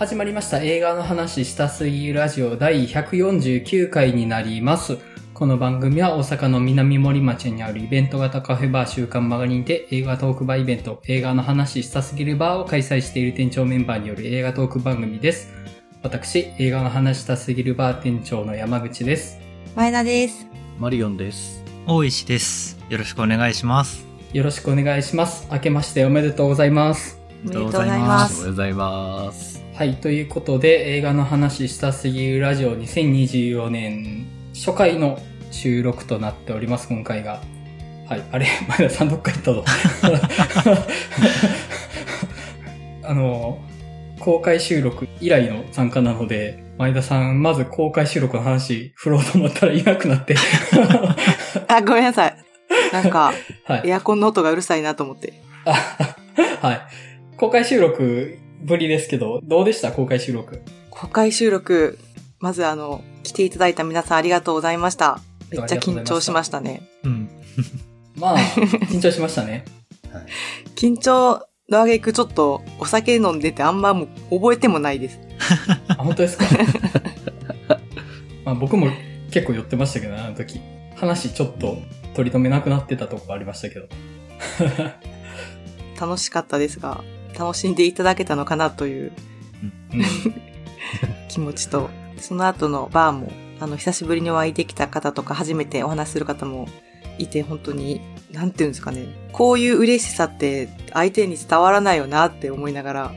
始まりました映画の話したすぎるラジオ第149回になります。この番組は大阪の南森町にあるイベント型カフェバー週刊マガリンで映画トークバーイベント映画の話したすぎるバーを開催している店長メンバーによる映画トーク番組です。私、映画の話したすぎるバー店長の山口です。 前田です。 マリオンです。 大石です。よろしくお願いします。 よろしくお願いします。明けましておめでとうございます。 おめでとうございます。 おめでとうございます。 はい、ということで映画の話したすぎるラジオ2024年初回の収録となっております、今回が。はい、あれ、前田さんどっか行ったぞ。公開収録以来の参加なので、前田さん、まず公開収録の話振ろうと思ったらいなくなって。 あ、ごめんなさい。なんか、 はい、 エアコンの音がうるさいなと思って。 はい。公開収録ぶりですけど、どうでした公開収録。 公開収録、まず来ていただいた皆さんありがとうございました。めっちゃ緊張しましたね。 うん。 まあ、緊張しましたね。 はい、緊張の挙句ちょっとお酒飲んでてあんまもう覚えてもないです。 あ、本当ですか？まあ僕も結構酔ってましたけどね、あの時。話ちょっと取り留めなくなってたとこありましたけど。 楽しかったですが、楽しんでいただけたのかなという、気持ちと、その後のバーも、久しぶりにお会いできた方とか、初めてお話しする方もいて、本当に、なんていうんですかね。こういう嬉しさって相手に伝わらないよなって思いながら。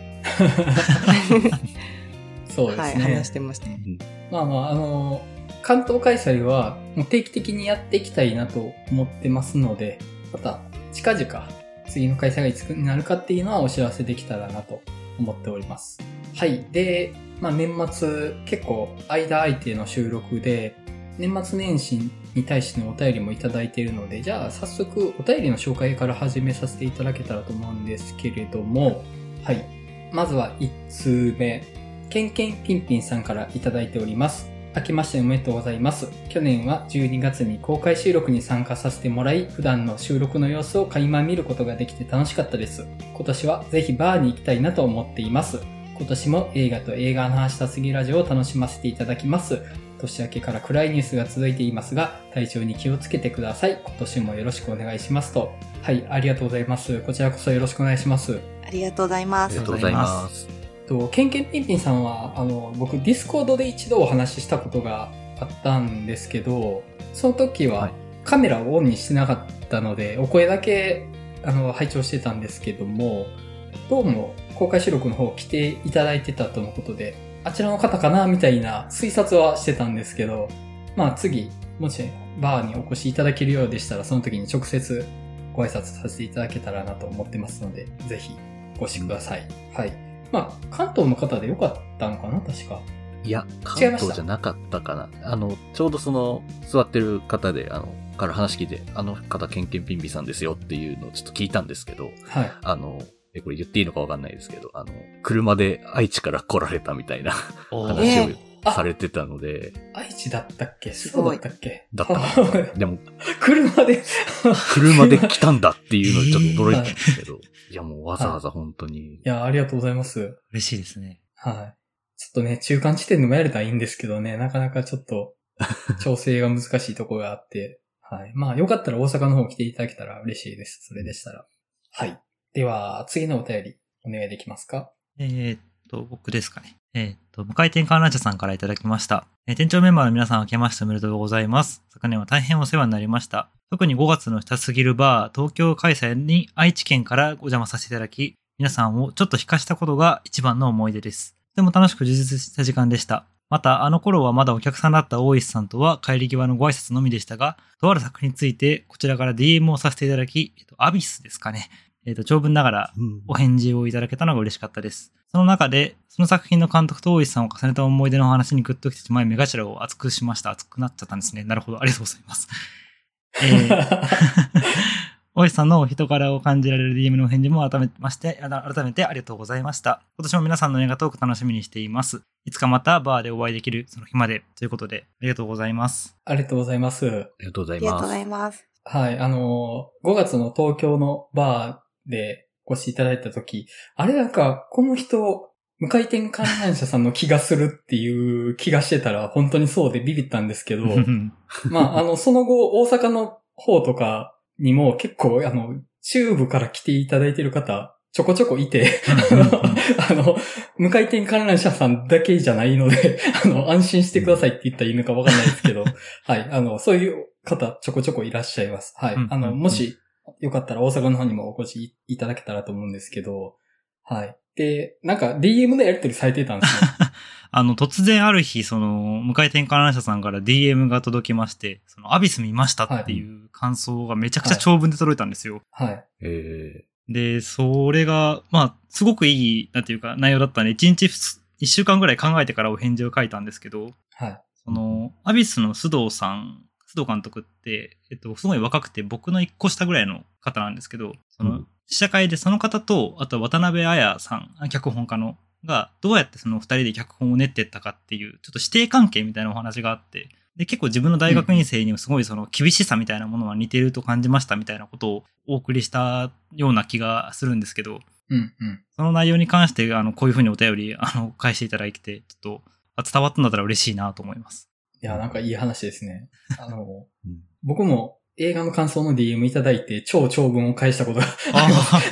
そうですね。 はい、話してました。 まあまあ、関東開催は定期的にやっていきたいなと思ってますので、また近々次の開催がいつになるかっていうのはお知らせできたらなと思っております。はい。で、まあ年末結構間空いての収録で、年末年始に対してのお便りもいただいているので、じゃあ早速お便りの紹介から始めさせていただけたらと思うんですけれども、はい。まずは1通目、ケンケンピンピンさんからいただいております。明けましておめでとうございます。去年は12月に公開収録に参加させてもらい、普段の収録の様子を垣間見ることができて楽しかったです。今年はぜひバーに行きたいなと思っています。今年も映画と映画の話したすぎラジオを楽しませていただきます。年明けから暗いニュースが続いていますが、体調に気をつけてください。今年もよろしくお願いしますと。はい、ありがとうございます。こちらこそよろしくお願いします。 ありがとうございます。 ありがとうございます。 ケンケンピンピンさんは、僕、ディスコードで一度お話ししたことがあったんですけど、その時はカメラをオンにしてなかったので、お声だけ、拝聴してたんですけども、どうも公開収録の方来ていただいてたとのことで、あちらの方かなみたいな推察はしてたんですけど、まあ次、もしバーにお越しいただけるようでしたら、その時に直接ご挨拶させていただけたらなと思ってますので、ぜひお越しください。はい。まあ、関東の方でよかったのかな確か。 いや、関東じゃなかったかな。ちょうど座ってる方で、から話聞いて、あの方、ケンケンピンピさんですよっていうのをちょっと聞いたんですけど、 はい。 これ言っていいのかわかんないですけど、車で愛知から来られたみたいな話をされてたので。 愛知だったっけ？そうだったっけ？ だったかな。でも、 車で来たんだっていうのでちょっと驚いたんですけど、いやもうわざわざ本当に。 いや、ありがとうございます。 嬉しいですね。 はい。ちょっとね、中間地点でもやれたらいいんですけどね、なかなかちょっと調整が難しいところがあって、はい。まあ、よかったら大阪の方来ていただけたら嬉しいです。それでしたら。はい。では、次のお便り、お願いできますか？ 僕ですかね。無回転観覧車さんからいただきました。店長メンバーの皆さん明けましておめでとうございます。昨年は大変お世話になりました。特に5月のしたすぎるバー、東京開催に愛知県からお邪魔させていただき、皆さんをちょっと引かしたことが一番の思い出です。とても楽しく充実した時間でした。また、あの頃はまだお客さんだった大石さんとは帰り際のご挨拶のみでしたが、とある作品についてこちらから DM をさせていただき、アビスですかね。長文ながらお返事をいただけたのが嬉しかったです。その中で、その作品の監督と大石さんを重ねた思い出の話にグッときてしまい、目頭を熱くしました。熱くなっちゃったんですね。なるほど。ありがとうございます。大石さんのお人柄を感じられる DM のお返事も改めてありがとうございました。今年も皆さんの映画トーク楽しみにしています。いつかまたバーでお会いできるその日までということで、ありがとうございます。 ありがとうございます。 ありがとうございます。 ありがとうございます。 はい、5月の東京のバーでお越しいただいたとき、あれなんか、この人、 無回転観覧車さんの気がするっていう気がしてたら本当にそうでビビったんですけど、まあ、その後大阪の方とかにも結構中部から来ていただいてる方ちょこちょこいて、無回転観覧車さんだけじゃないので、安心してくださいって言ったらいいのかわかんないですけど、はい、そういう方ちょこちょこいらっしゃいます。はい。もしよかったら大阪の方にもお越しいただけたらと思うんですけど、はい。で、なんか DM でやり取りされてたんですよ。 突然ある日、無回転観覧車さんから DM が届きまして、アビス見ましたっていう感想がめちゃくちゃ長文で届いたんですよ。 はい。 で、それが、まあ、すごくいい、なんていうか、内容だったんで、1週間ぐらい考えてからお返事を書いたんですけど、 はい。 アビスの須藤監督って、すごい若くて僕の1個下ぐらいの方なんですけど、試写会でその方と、あと渡辺彩さん、脚本家の、が、どうやってその2人で脚本を練っていったかっていう、ちょっと師弟関係みたいなお話があって、で、結構自分の大学院生にもすごい厳しさみたいなものは似てると感じましたみたいなことをお送りしたような気がするんですけど、 うんうん。 その内容に関して、こういうふうにお便り、返していただいて、ちょっと、伝わったんだったら嬉しいなと思います。 いや、なんかいい話ですね。僕も映画の感想の DM いただいて、超長文を返したことがあり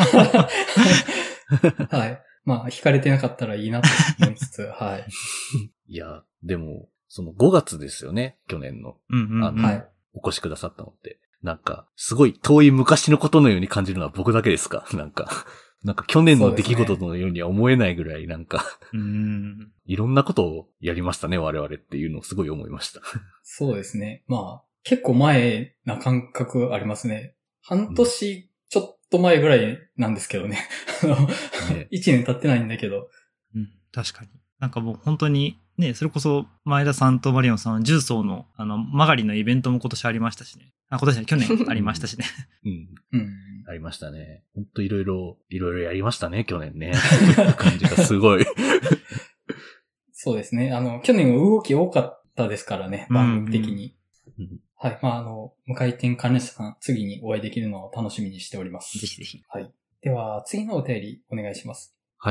ます。はい。まあ、惹かれてなかったらいいなと思いつつ、はい。 いや、でも、5月ですよね、去年の。 はい。 お越しくださったのって。なんか、すごい遠い昔のことのように感じるのは僕だけですか？なんか去年の出来事のようには思えないぐらい、なんかいろんなことをやりましたね、我々っていうのをすごい思いました。 そうですね。まあ、結構前な感覚ありますね。半年ちょっと前ぐらいなんですけどね。1年経ってないんだけど。 うん、確かに。なんかもう本当に、ね、それこそ前田さんとマリオンさんは重曹のマガリのイベントも今年ありましたしね。去年ありましたしね。 うん。ありましたね。本当いろいろやりましたね、去年ね。感じがすごい。 そうですね。去年は動き多かったですからね、番組的に。はい。まあ、無回転関連者さん、次にお会いできるのを楽しみにしております。 ぜひぜひ。 はい。では、次のお便りお願いします。 はい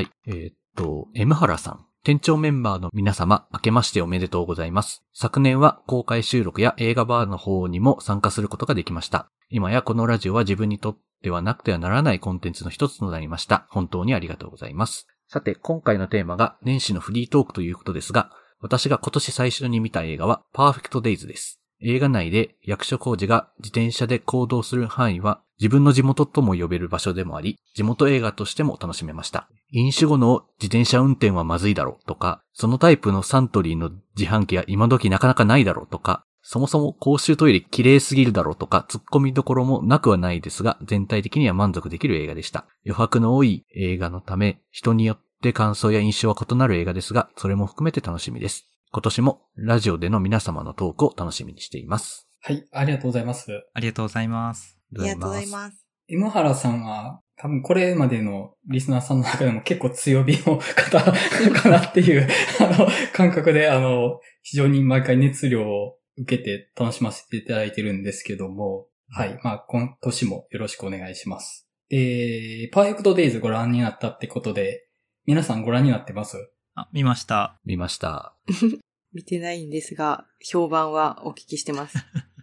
。M 原さん。店長メンバーの皆様、明けましておめでとうございます。昨年は公開収録や映画バーの方にも参加することができました。今やこのラジオは自分にとってはなくてはならないコンテンツの一つとなりました。本当にありがとうございます。さて、今回のテーマが年始のフリートークということですが、私が今年最初に見た映画はパーフェクトデイズです。映画内で役所広司が自転車で行動する範囲は自分の地元とも呼べる場所でもあり、地元映画としても楽しめました。飲酒後の自転車運転はまずいだろうとか、そのタイプのサントリーの自販機は今時なかなかないだろうとか、そもそも公衆トイレ綺麗すぎるだろうとか、突っ込みどころもなくはないですが、全体的には満足できる映画でした。余白の多い映画のため、人によって感想や印象は異なる映画ですが、それも含めて楽しみです。今年もラジオでの皆様のトークを楽しみにしています。 はい、ありがとうございます。 ありがとうございます。 ありがとうございます。 M 原さんは多分これまでのリスナーさんの中でも結構強火の方かなっていう感覚で非常に毎回熱量を受けて楽しませていただいてるんですけども、はい、まあ今年もよろしくお願いします。で、パーフェクトデイズご覧になったってことで、皆さんご覧になってます？ 見ました。 見ました。 見てないんですが、評判はお聞きしてます。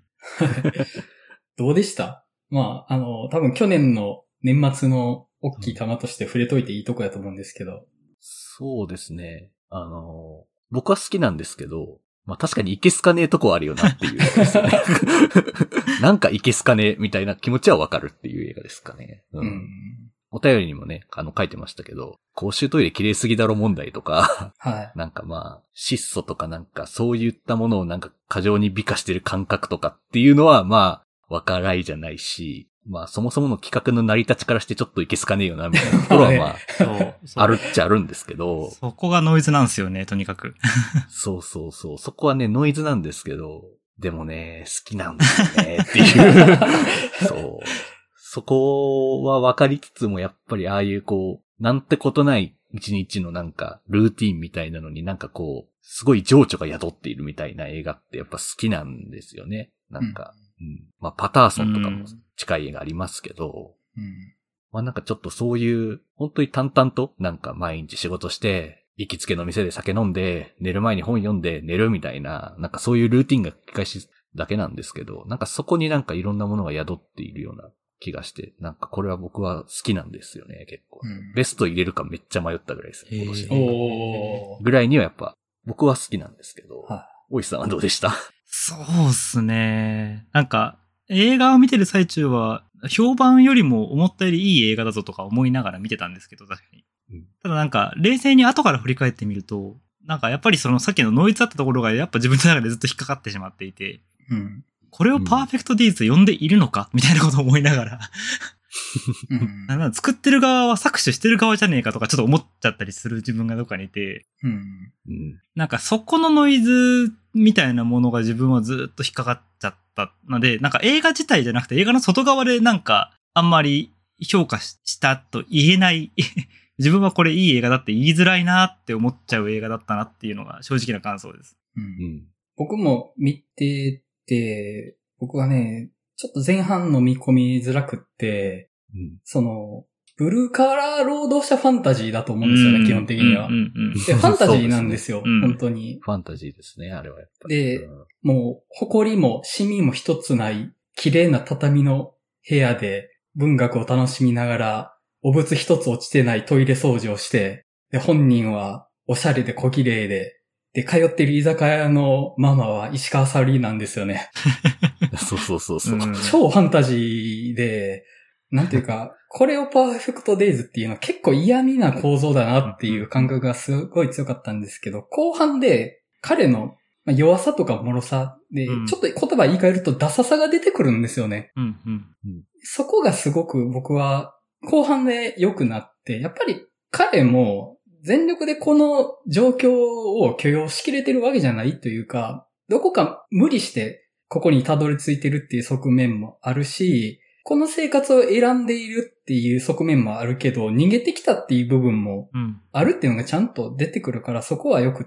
どうでした？まあ、多分去年の年末の大きい玉として触れといていいとこやと思うんですけど。 そうですね。僕は好きなんですけど、まあ確かにいけすかねえとこあるよなっていう映画ですね。なんかいけすかねえみたいな気持ちはわかるっていう映画ですかね。お便りにもね、書いてましたけど、公衆トイレ綺麗すぎだろ問題とか、 はい。 なんかまあ、質素とかなんかそういったものをなんか過剰に美化してる感覚とかっていうのはまあ、わからいじゃないし、まあそもそもの企画の成り立ちからしてちょっといけすかねえよなみたいなところはまあ、あるっちゃあるんですけど。 そこがノイズなんですよね、とにかく。 そう。そこはね、ノイズなんですけど、でもね、好きなんですよねっていう。そう。そこは分かりつつもやっぱりああいうこう、なんてことない一日のなんかルーティーンみたいなのになんかこう、すごい情緒が宿っているみたいな映画ってやっぱ好きなんですよね。なんか、まあパターソンとかも近い映画ありますけど、まあなんかちょっとそういう、本当に淡々となんか毎日仕事して、 行きつけの店で酒飲んで、寝る前に本読んで寝るみたいな、なんかそういうルーティンが繰り返しだけなんですけど、なんかそこになんかいろんなものが宿っているような気がして、なんかこれは僕は好きなんですよね、結構。ベスト入れるかめっちゃ迷ったぐらいですね、今年の。ぐらいにはやっぱ、僕は好きなんですけど、大石さんはどうでした？ そうっすね。なんか、映画を見てる最中は、評判よりも思ったよりいい映画だぞとか思いながら見てたんですけど、確かに。ただなんか、冷静に後から振り返ってみると、なんかやっぱりそのさっきのノイズあったところがやっぱ自分の中でずっと引っかかってしまっていて、これをパーフェクトディーズと呼んでいるのかみたいなことを思いながら、作ってる側は搾取してる側じゃねえかとかちょっと思っちゃったりする自分がどっかにいて、なんかそこのノイズみたいなものが自分はずっと引っかかっちゃったので、なんか映画自体じゃなくて映画の外側でなんかあんまり評価したと言えない自分はこれいい映画だって言いづらいなって思っちゃう映画だったなっていうのが正直な感想です。 僕も見てて、僕はね、ちょっと前半飲み込みづらくって、その、ブルーカラー労働者ファンタジーだと思うんですよね、基本的には。で、ファンタジーなんですよ、本当に。 ファンタジーですね、あれはやっぱり。 で、もう、埃もシミも一つない、綺麗な畳の部屋で文学を楽しみながら、お物一つ落ちてないトイレ掃除をして、で、本人はおしゃれで小綺麗で、で、通ってる居酒屋のママは石川さゆりなんですよね。 そう。 超ファンタジーで、なんていうか、これをパーフェクトデイズっていうのは結構嫌味な構造だなっていう感覚がすごい強かったんですけど、後半で彼の弱さとか脆さで、ちょっと言葉言い換えるとダサさが出てくるんですよね。そこがすごく僕は後半で良くなって、やっぱり彼も全力でこの状況を許容しきれてるわけじゃないというか、どこか無理してここにたどり着いてるっていう側面もあるし、この生活を選んでいるっていう側面もあるけど、逃げてきたっていう部分もあるっていうのがちゃんと出てくるから、そこは良くって、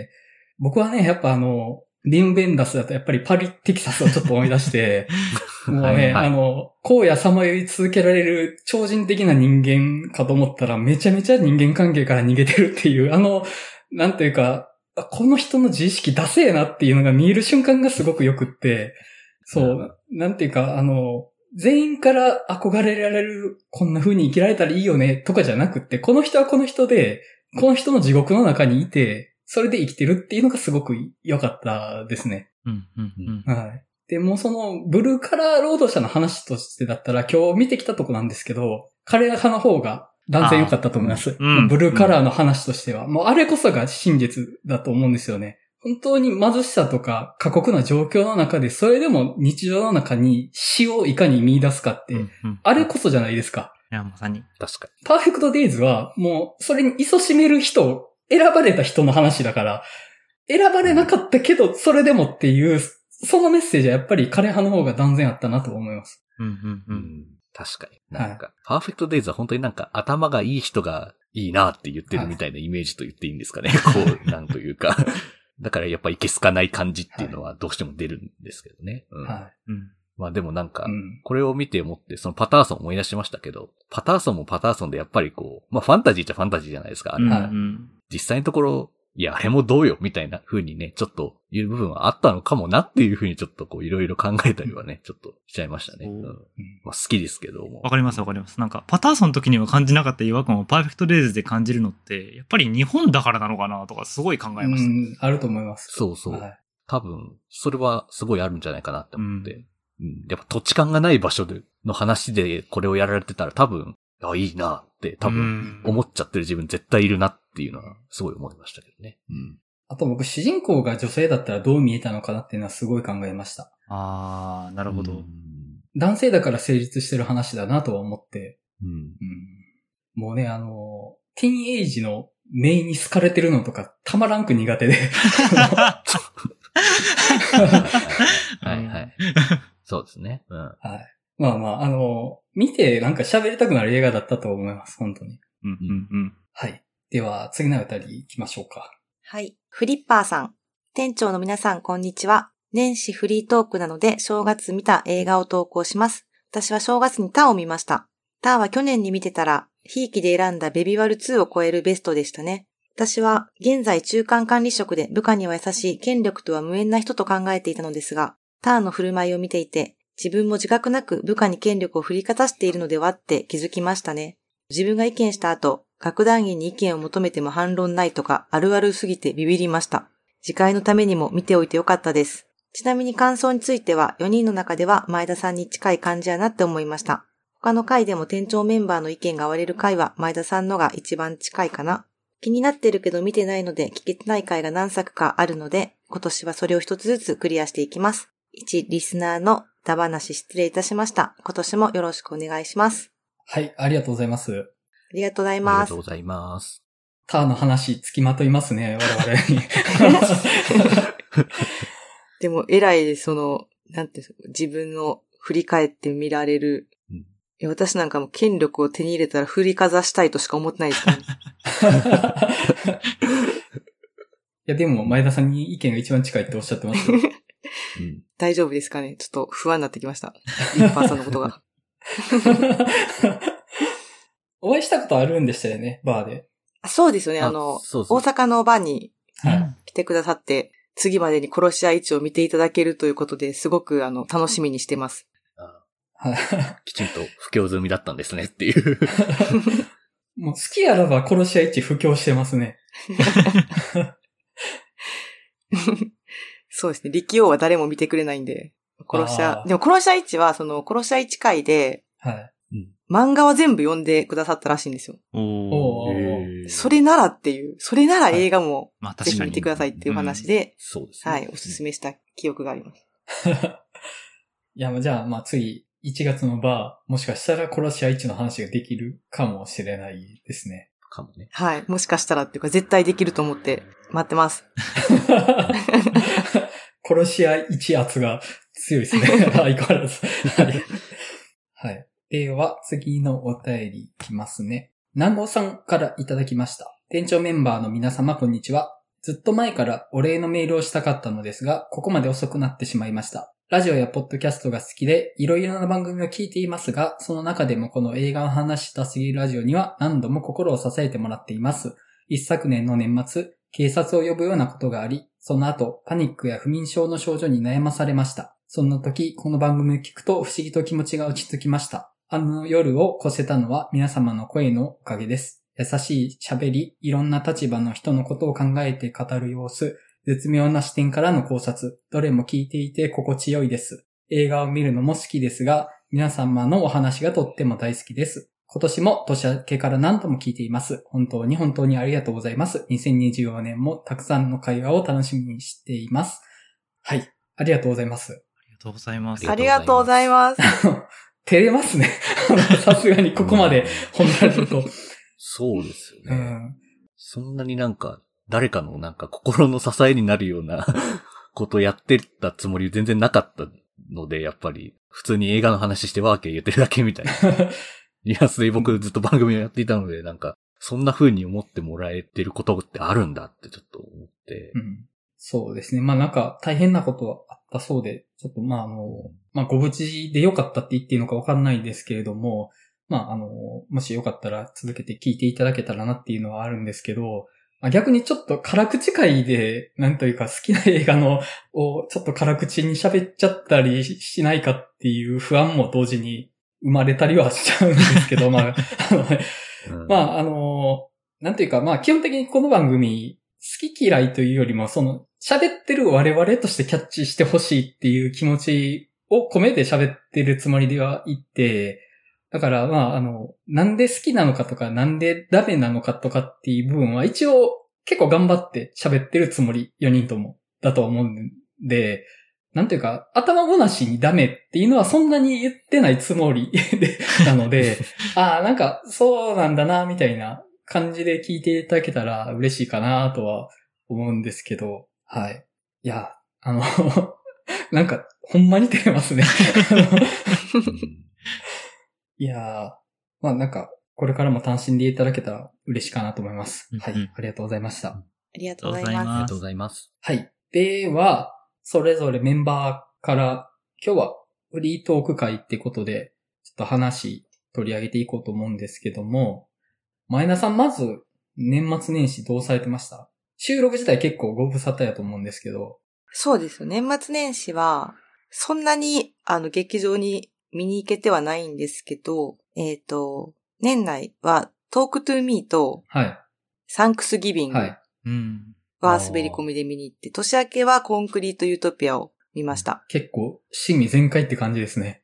僕はね、やっぱリム・ベンダスだとやっぱりパリ・テキサスをちょっと思い出して、もうね、荒野さまよい続けられる超人的な人間かと思ったら、めちゃめちゃ人間関係から逃げてるっていう、なんていうか、この人の自意識ダセーなっていうのが見える瞬間がすごく良くって、そう、なんていうか、全員から憧れられる、こんな風に生きられたらいいよね、とかじゃなくって、この人はこの人で、この人の地獄の中にいて、それで生きてるっていうのがすごく良かったですね。はい。で、もうその、ブルーカラー労働者の話としてだったら、今日見てきたとこなんですけど、彼らの方が断然良かったと思います。ブルーカラーの話としては。もうあれこそが真実だと思うんですよね。本当に貧しさとか過酷な状況の中で、それでも日常の中に死をいかに見出すかって、あれこそじゃないですか。 いや、まさに。 確かに。 パーフェクトデイズは、もう、それに勤しめる人、選ばれた人の話だから、選ばれなかったけど、それでもっていう、そのメッセージはやっぱり彼派の方が断然あったなと思います。 確かに。なんか、パーフェクトデイズは本当になんか頭がいい人がいいなって言ってるみたいなイメージと言っていいんですかね。こう、なんというか。だからやっぱいけすかない感じっていうのはどうしても出るんですけどね。まあでもなんか、これを見て思って、そのパターソン思い出しましたけど、パターソンもパターソンでやっぱりこう、まあファンタジーっちゃファンタジーじゃないですか。あれ実際のところ、いや、あれもどうよ、みたいな風にね、ちょっと言う部分はあったのかもなっていう風にちょっとこういろいろ考えたりはね、ちょっとしちゃいましたね。まあ好きですけども。 わかります。なんか、パターソンの時には感じなかった違和感をパーフェクトデイズで感じるのって、やっぱり日本だからなのかなとかすごい考えました。あると思います。 そう。多分、それはすごいあるんじゃないかなって思って。やっぱ土地勘がない場所での話でこれをやられてたら多分、いいなって多分思っちゃってる自分絶対いるなっていうのはすごい思いましたけどね。 あと僕主人公が女性だったらどう見えたのかなっていうのはすごい考えました。 あー、なるほど。 男性だから成立してる話だなとは思って。もうね、ティーンエイジのメイに好かれてるのとかたまらんく苦手で。 そうですね。 まあ、見てなんか喋りたくなる映画だったと思います、本当に。はい。では、次のあたり行きましょうか。 はい。フリッパーさん。店長の皆さん、こんにちは。年始フリートークなので、正月見た映画を投稿します。私は正月にターを見ました。ターは去年に見てたら、ひいきで選んだベビワル2を超えるベストでしたね。 私は現在中間管理職で部下には優しい権力とは無縁な人と考えていたのですが、ターンの振る舞いを見ていて、自分も自覚なく部下に権力を振りかざしているのではって気づきましたね。自分が意見した後、楽団員に意見を求めても反論ないとかあるあるすぎてビビりました。次回のためにも見ておいてよかったです。ちなみに感想については4人の中では前田さんに近い感じやなって思いました。他の回でも店長メンバーの意見が割れる回は前田さんのが一番近いかな。気になってるけど見てないので聞けてない回が何作かあるので、今年はそれを一つずつクリアしていきます。1リスナーのダ話失礼いたしました。今年もよろしくお願いします。 はい、ありがとうございます。 ありがとうございあります。 がとうございます。 ターの話つきまといますね、我々に。 でも偉いです、なんていうの、自分の振り返って見られる。私なんかも権力を手に入れたら振りかざしたいとしか思ってないですからね。 いや、でも前田さんに意見が一番近いっておっしゃってますよ。 大丈夫ですかね、ちょっと不安になってきました。リッパーさんのことが。 お会いしたことあるんでしたよね、バーで。 そうですよね、 そうそう大阪のバーにはい来てくださって、次までに殺し合い1を見ていただけるということで、すごく楽しみにしてます。 きちんと布教済みだったんですねっていう。 もう好きあらば殺し屋一布教してますね。 そうですね。力王は誰も見てくれないんで。でも殺し屋一は、殺し屋一回で、 はい。 漫画は全部読んでくださったらしいんですよ。それならっていう、それなら映画もぜひ見てくださいっていう話で、 そうですね。 はい、おすすめした記憶があります。 いや、じゃあ、次、1月のバー、もしかしたら殺し屋一の話ができるかもしれないですね。 かもね。 はい。もしかしたらっていうか、絶対できると思って待ってます。 殺し屋一圧が強いですね。相変わらず。はい。では、次のお便りいきますね。南郷さんからいただきました。店長メンバーの皆様、こんにちは。ずっと前からお礼のメールをしたかったのですが、ここまで遅くなってしまいました。ラジオやポッドキャストが好きで、いろいろな番組を聞いていますが、その中でもこの映画の話したすぎるラジオには何度も心を支えてもらっています。一昨年の年末、警察を呼ぶようなことがあり、その後、パニックや不眠症の症状に悩まされました。そんな時、この番組を聞くと不思議と気持ちが落ち着きました。あの夜を越せたのは皆様の声のおかげです。優しい喋り、いろんな立場の人のことを考えて語る様子、絶妙な視点からの考察、どれも聞いていて心地よいです。映画を見るのも好きですが、皆様のお話がとっても大好きです。今年も年明けから何度も聞いています。本当にありがとうございます。2024年もたくさんの会話を楽しみにしています。はい。ありがとうございます。 ありがとうございます。 ありがとうございます。 照れますね。さすがにここまで褒められると。 そうですよね。そんなに誰かの心の支えになるようなことやってたつもり全然なかったので、やっぱり普通に映画の話してワーキャー言ってるだけみたいな。ニュアンスで僕ずっと番組をやっていたので、そんな風に思ってもらえてることってあるんだってちょっと思って。 そうですね。大変なことはあったそうで、ちょっとご無事でよかったって言っていいのかわかんないんですけれども、もしよかったら続けて聞いていただけたらなっていうのはあるんですけど、逆にちょっと辛口会で、なんというか好きな映画をちょっと辛口に喋っちゃったりしないかっていう不安も同時に生まれたりはしちゃうんですけど、なんていうか、基本的にこの番組、好き嫌いというよりも、喋ってる我々としてキャッチしてほしいっていう気持ちを込めて喋ってるつもりではいて、だからなんで好きなのかとか、なんでダメなのかとかっていう部分は一応結構頑張って喋ってるつもり、4人ともだと思うんで、なんていうか、頭ごなしにダメっていうのはそんなに言ってないつもりなので、そうなんだな、みたいな感じで聞いていただけたら嬉しいかなとは思うんですけど、はい。いや、ほんまに照れますね。いやー、これからも楽しんでいただけたら嬉しいかなと思います。はい。ありがとうございました。 ありがとうございます。 ありがとうございます。 はい。では、それぞれメンバーから今日はフリートーク会ってことで、ちょっと話取り上げていこうと思うんですけども、前田さんまず年末年始どうされてました？収録自体結構ご無沙汰やと思うんですけど。 そうですよ。年末年始は、そんなに、劇場に見に行けてはないんですけど、年内は、トークトゥーミーと、 はい。 サンクスギビングはい。 は滑り込みで見に行って、年明けはコンクリートユートピアを見ました。 結構、趣味全開って感じですね。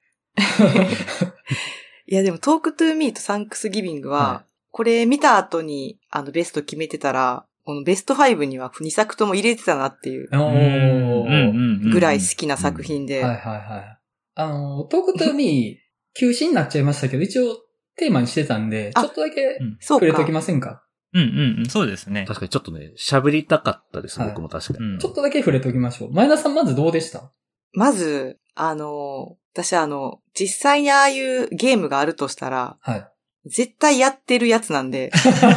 いやでもトークトゥーミーとサンクスギビングは、これ見た後にベスト決めてたら、このベスト5には2作とも入れてたなっていうぐらい好きな作品で。 はいはいはい。トークトゥーミー休止になっちゃいましたけど、一応テーマにしてたんで、ちょっとだけ触れときませんか？ そうですね。 確かにちょっとね、喋りたかったです、僕も確かに。 ちょっとだけ触れときましょう。前田さんまずどうでした？ まず、私実際にああいうゲームがあるとしたら、 はい。 絶対やってるやつなんで。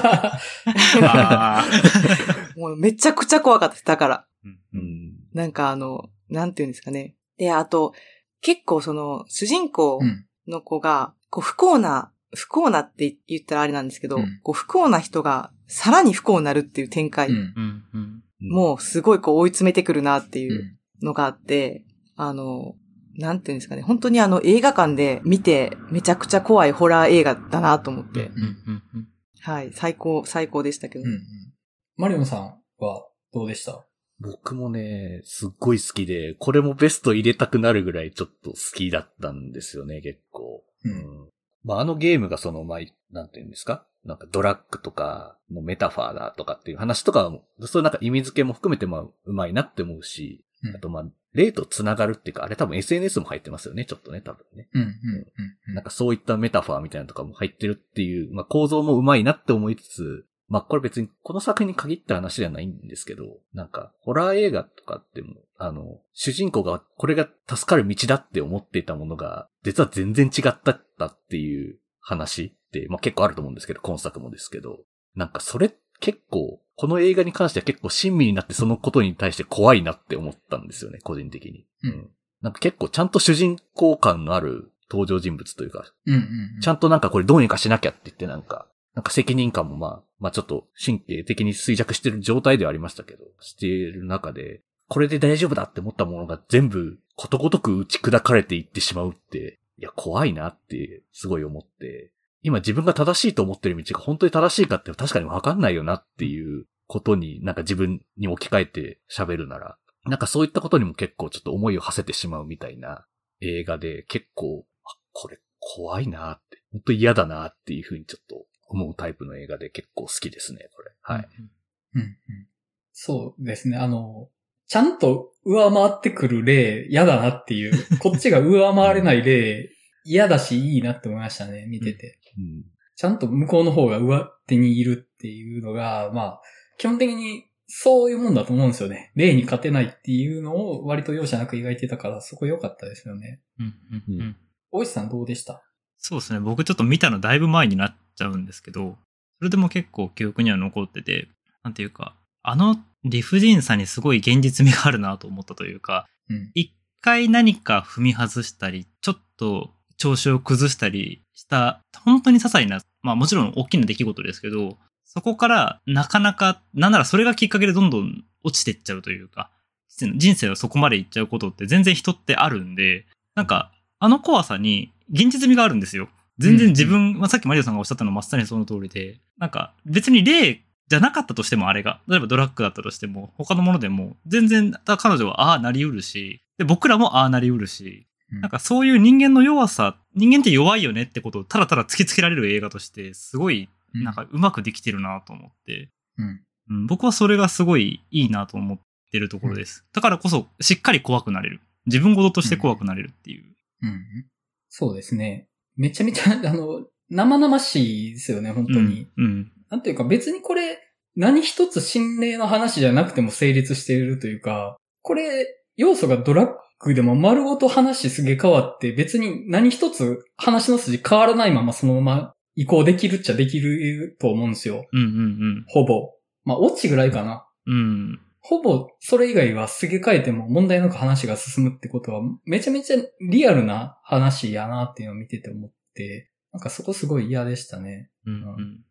もうめちゃくちゃ怖かったです、だから。なんかなんていうんですかね。で、あと、結構主人公の子が、不幸なって言ったらあれなんですけど、不幸な人がさらに不幸になるっていう展開。もうすごい追い詰めてくるなっていうのがあって、なんていうんですかね。本当に映画館で見てめちゃくちゃ怖いホラー映画だなと思って。はい。最高でしたけど。 マリオンさんはどうでした？ 僕もね、すっごい好きで、これもベスト入れたくなるぐらいちょっと好きだったんですよね、結構。まあ、ゲームがなんていうんですか？なんかドラッグとかのメタファーだとかっていう話とかも、そういうなんか意味付けも含めてうまいなって思うし、あと例と繋がるっていうか、あれ多分 SNS も入ってますよね、ちょっとね、多分ね。なんかそういったメタファーみたいなのとかも入ってるっていう、構造もうまいなって思いつつ、これ別にこの作品に限った話ではないんですけど、なんか、ホラー映画とかっても、主人公がこれが助かる道だって思っていたものが、実は全然違ったっていう話って、結構あると思うんですけど、今作もですけど、なんかそれ結構、この映画に関しては結構親身になってそのことに対して怖いなって思ったんですよね、個人的に。なんか結構ちゃんと主人公感のある登場人物というか、ちゃんとなんかこれどうにかしなきゃって言ってなんか責任感もちょっと神経的に衰弱してる状態ではありましたけど、している中で、これで大丈夫だって思ったものが全部ことごとく打ち砕かれていってしまうって、いや怖いなってすごい思って、今自分が正しいと思ってる道が本当に正しいかって確かにわかんないよなっていうことになんか自分に置き換えて喋るなら、なんかそういったことにも結構ちょっと思いを馳せてしまうみたいな映画で結構、これ怖いなって、本当嫌だなっていうふうにちょっと思うタイプの映画で結構好きですね、これ。はい。 そうですね。ちゃんと上回ってくる例嫌だなっていう、こっちが上回れない例嫌だしいいなって思いましたね、見てて。ちゃんと向こうの方が上手にいるっていうのが、基本的にそういうもんだと思うんですよね。例に勝てないっていうのを割と容赦なく描いてたから、そこ良かったですよね。大石さんどうでした？ そうですね。僕ちょっと見たのだいぶ前になっちゃうんですけど、それでも結構記憶には残ってて、なんていうか、理不尽さにすごい現実味があるなと思ったというか、一回何か踏み外したり、ちょっと調子を崩したりした、本当に些細な、もちろん大きな出来事ですけど、そこからなかなか、なんならそれがきっかけでどんどん落ちてっちゃうというか、人生はそこまで行っちゃうことって全然人ってあるんで、なんか、怖さに現実味があるんですよ。全然自分、さっきマリオさんがおっしゃったのはまさにその通りで、なんか別に例じゃなかったとしてもあれが、例えばドラッグだったとしても、他のものでも、全然彼女はああなりうるし、で僕らもああなりうるし、なんかそういう人間の弱さ、人間って弱いよねってことをただただ突きつけられる映画として、すごい、なんかうまくできてるなと思って、僕はそれがすごいいいなと思ってるところです。だからこそ、しっかり怖くなれる。自分事として怖くなれるっていう。 そうですね。めちゃめちゃ、生々しいですよね、本当に。なんていうか別にこれ、何一つ心霊の話じゃなくても成立しているというか、これ、要素がドラッグでも丸ごと話すげ変わって別に何一つ話の筋変わらないままそのまま移行できるっちゃできると思うんですよ。ほぼ。オチぐらいかな。ほぼそれ以外はすげ替えても問題なく話が進むってことはめちゃめちゃリアルな話やなっていうのを見てて思って、なんかそこすごい嫌でしたね。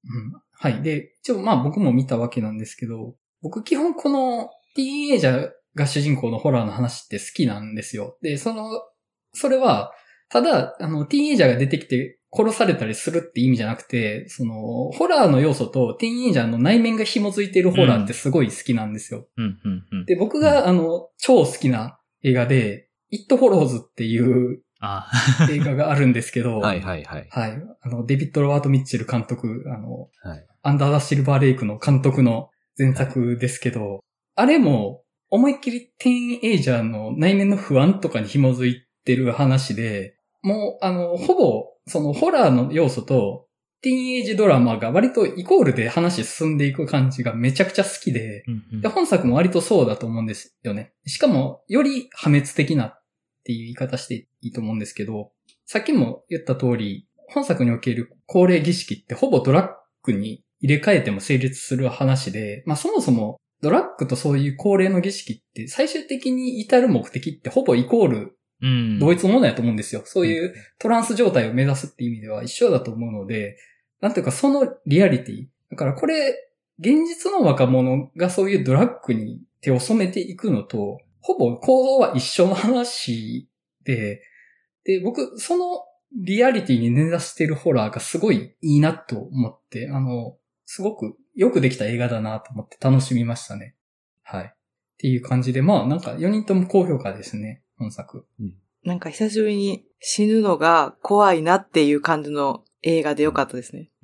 はい。で、一応僕も見たわけなんですけど、僕基本このティーンエイジャーが主人公のホラーの話って好きなんですよ。で、それは、ただ、ティーンエイジャーが出てきて殺されたりするって意味じゃなくて、ホラーの要素とティーンエイジャーの内面が紐づいているホラーってすごい好きなんですよ。で、僕が、超好きな映画で、It Follows っていう映画があるんですけど、 はいはいはい。 はい。デビッド・ロバート・ミッチェル監督、 はい、 アンダー・ザ・シルバー・レイクの監督の前作ですけど、あれも、思いっきりティーンエイジャーの内面の不安とかに紐づいてる話で、もう、ほぼ、ホラーの要素と、ティーンエイジドラマが割とイコールで話進んでいく感じがめちゃくちゃ好きで、で本作も割とそうだと思うんですよね。しかも、より破滅的なっていう言い方していいと思うんですけど、さっきも言った通り、本作における恒例儀式ってほぼドラッグに入れ替えても成立する話で、そもそもドラッグとそういう恒例の儀式って最終的に至る目的ってほぼイコール同一のものやと思うんですよ。そういうトランス状態を目指すっていう意味では一緒だと思うので、なんていうかそのリアリティ。だからこれ、現実の若者がそういうドラッグに手を染めていくのと、ほぼ構造は一緒の話で、僕、そのリアリティに根ざしているホラーがすごいいいなと思って、すごくよくできた映画だなと思って楽しみましたね。はい。っていう感じで、なんか4人とも高評価ですね、本作。 なんか久しぶりに死ぬのが怖いなっていう感じの映画でよかったですね。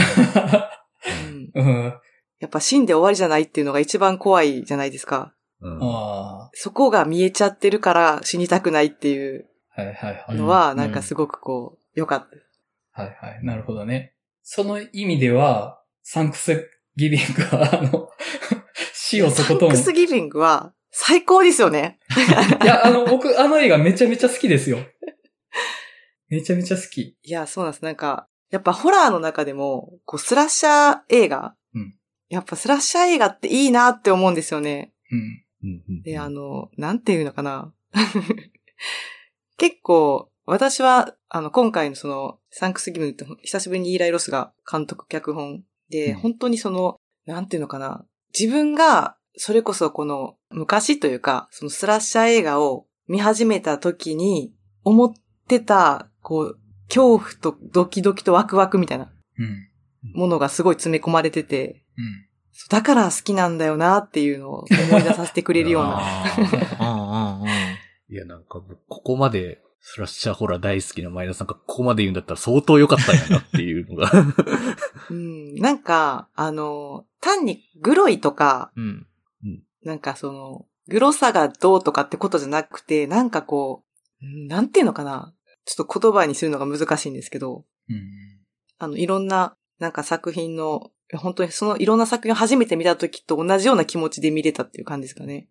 やっぱ死んで終わりじゃないっていうのが一番怖いじゃないですか。そこが見えちゃってるから死にたくないっていうのは、なんかすごく良かった。 はいはい。なるほどね。その意味では、サンクスギビングは、死をとことん。 サンクスギビングは最高ですよね。 いや、僕、映画めちゃめちゃ好きですよ。めちゃめちゃ好き。 いや、そうなんです。なんか、やっぱホラーの中でも、スラッシャー映画。やっぱスラッシャー映画っていいなって思うんですよね。で、なんていうのかな。結構、私は、今回のサンクスギブンって久しぶりにイーライ・ロスが監督脚本で、本当になんていうのかな。自分が、それこそ昔というか、スラッシャー映画を見始めた時に、思ってた、恐怖とドキドキとワクワクみたいな、ものがすごい詰め込まれてて、だから好きなんだよなっていうのを思い出させてくれるような。 いや、なんか、ここまでスラッシャーホラー大好きな前田さんがここまで言うんだったら相当良かったんやなっていうのが。 なんか、単にグロいとか、なんかグロさがどうとかってことじゃなくて、なんかなんていうのかな。ちょっと言葉にするのが難しいんですけど、いろんな、なんか作品の、本当にいろんな作品を初めて見た時と同じような気持ちで見れたっていう感じですかね。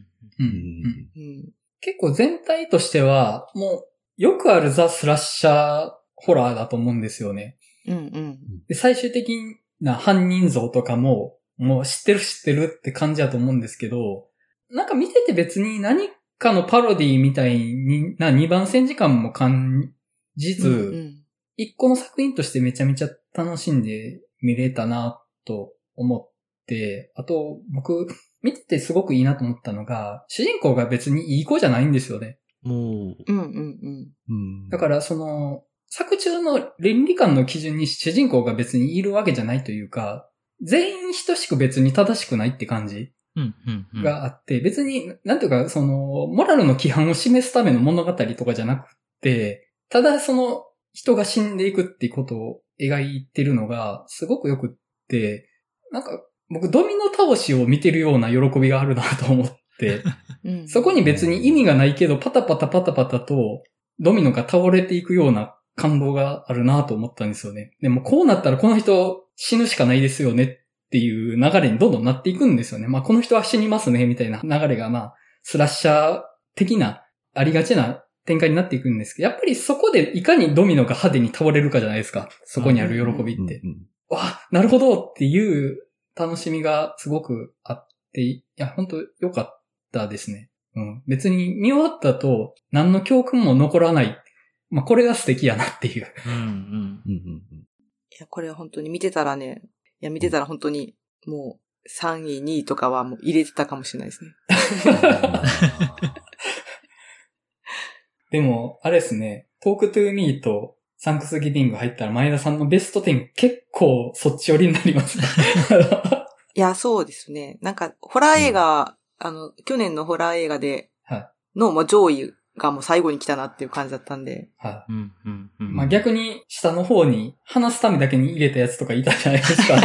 結構全体としては、もう、よくあるザ・スラッシャーホラーだと思うんですよね。で、最終的な犯人像とかも、もう知ってるって感じだと思うんですけど、なんか見てて別に何かのパロディみたいな2番線時間も感じず、一個の作品としてめちゃめちゃ楽しんで見れたなと思って、あと僕見ててすごくいいなと思ったのが、主人公が別にいい子じゃないんですよね。だから作中の倫理観の基準に主人公が別にいるわけじゃないというか、全員等しく別に正しくないって感じがあって、別に、なんていうか、モラルの規範を示すための物語とかじゃなくて、ただ人が死んでいくっていうことを描いてるのがすごくよくって、なんか僕ドミノ倒しを見てるような喜びがあるなと思って、そこに別に意味がないけどパタパタとドミノが倒れていくような感動があるなと思ったんですよね。でもこうなったらこの人死ぬしかないですよねっていう流れにどんどんなっていくんですよね。この人は死にますねみたいな流れがスラッシャー的なありがちな展開になっていくんですけど、やっぱりそこでいかにドミノが派手に倒れるかじゃないですか。そこにある喜びって。わ、なるほどっていう楽しみがすごくあって、いや、本当良かったですね。別に見終わった後、何の教訓も残らない。これが素敵やなっていう。 や、これは本当に見てたらね、見てたら本当に、もう、3位、2位とかはもう入れてたかもしれないですね。 でも、あれですね、トークトゥーミーとサンクスギビング入ったら前田さんのベスト10結構そっち寄りになりますね。 いや、そうですね。なんか、ホラー映画、去年のホラー映画で、の、まあ、上位がもう最後に来たなっていう感じだったんで。 はい。 うんうんうん。 まあ、逆に下の方に話すためだけに入れたやつとかいたじゃないですか。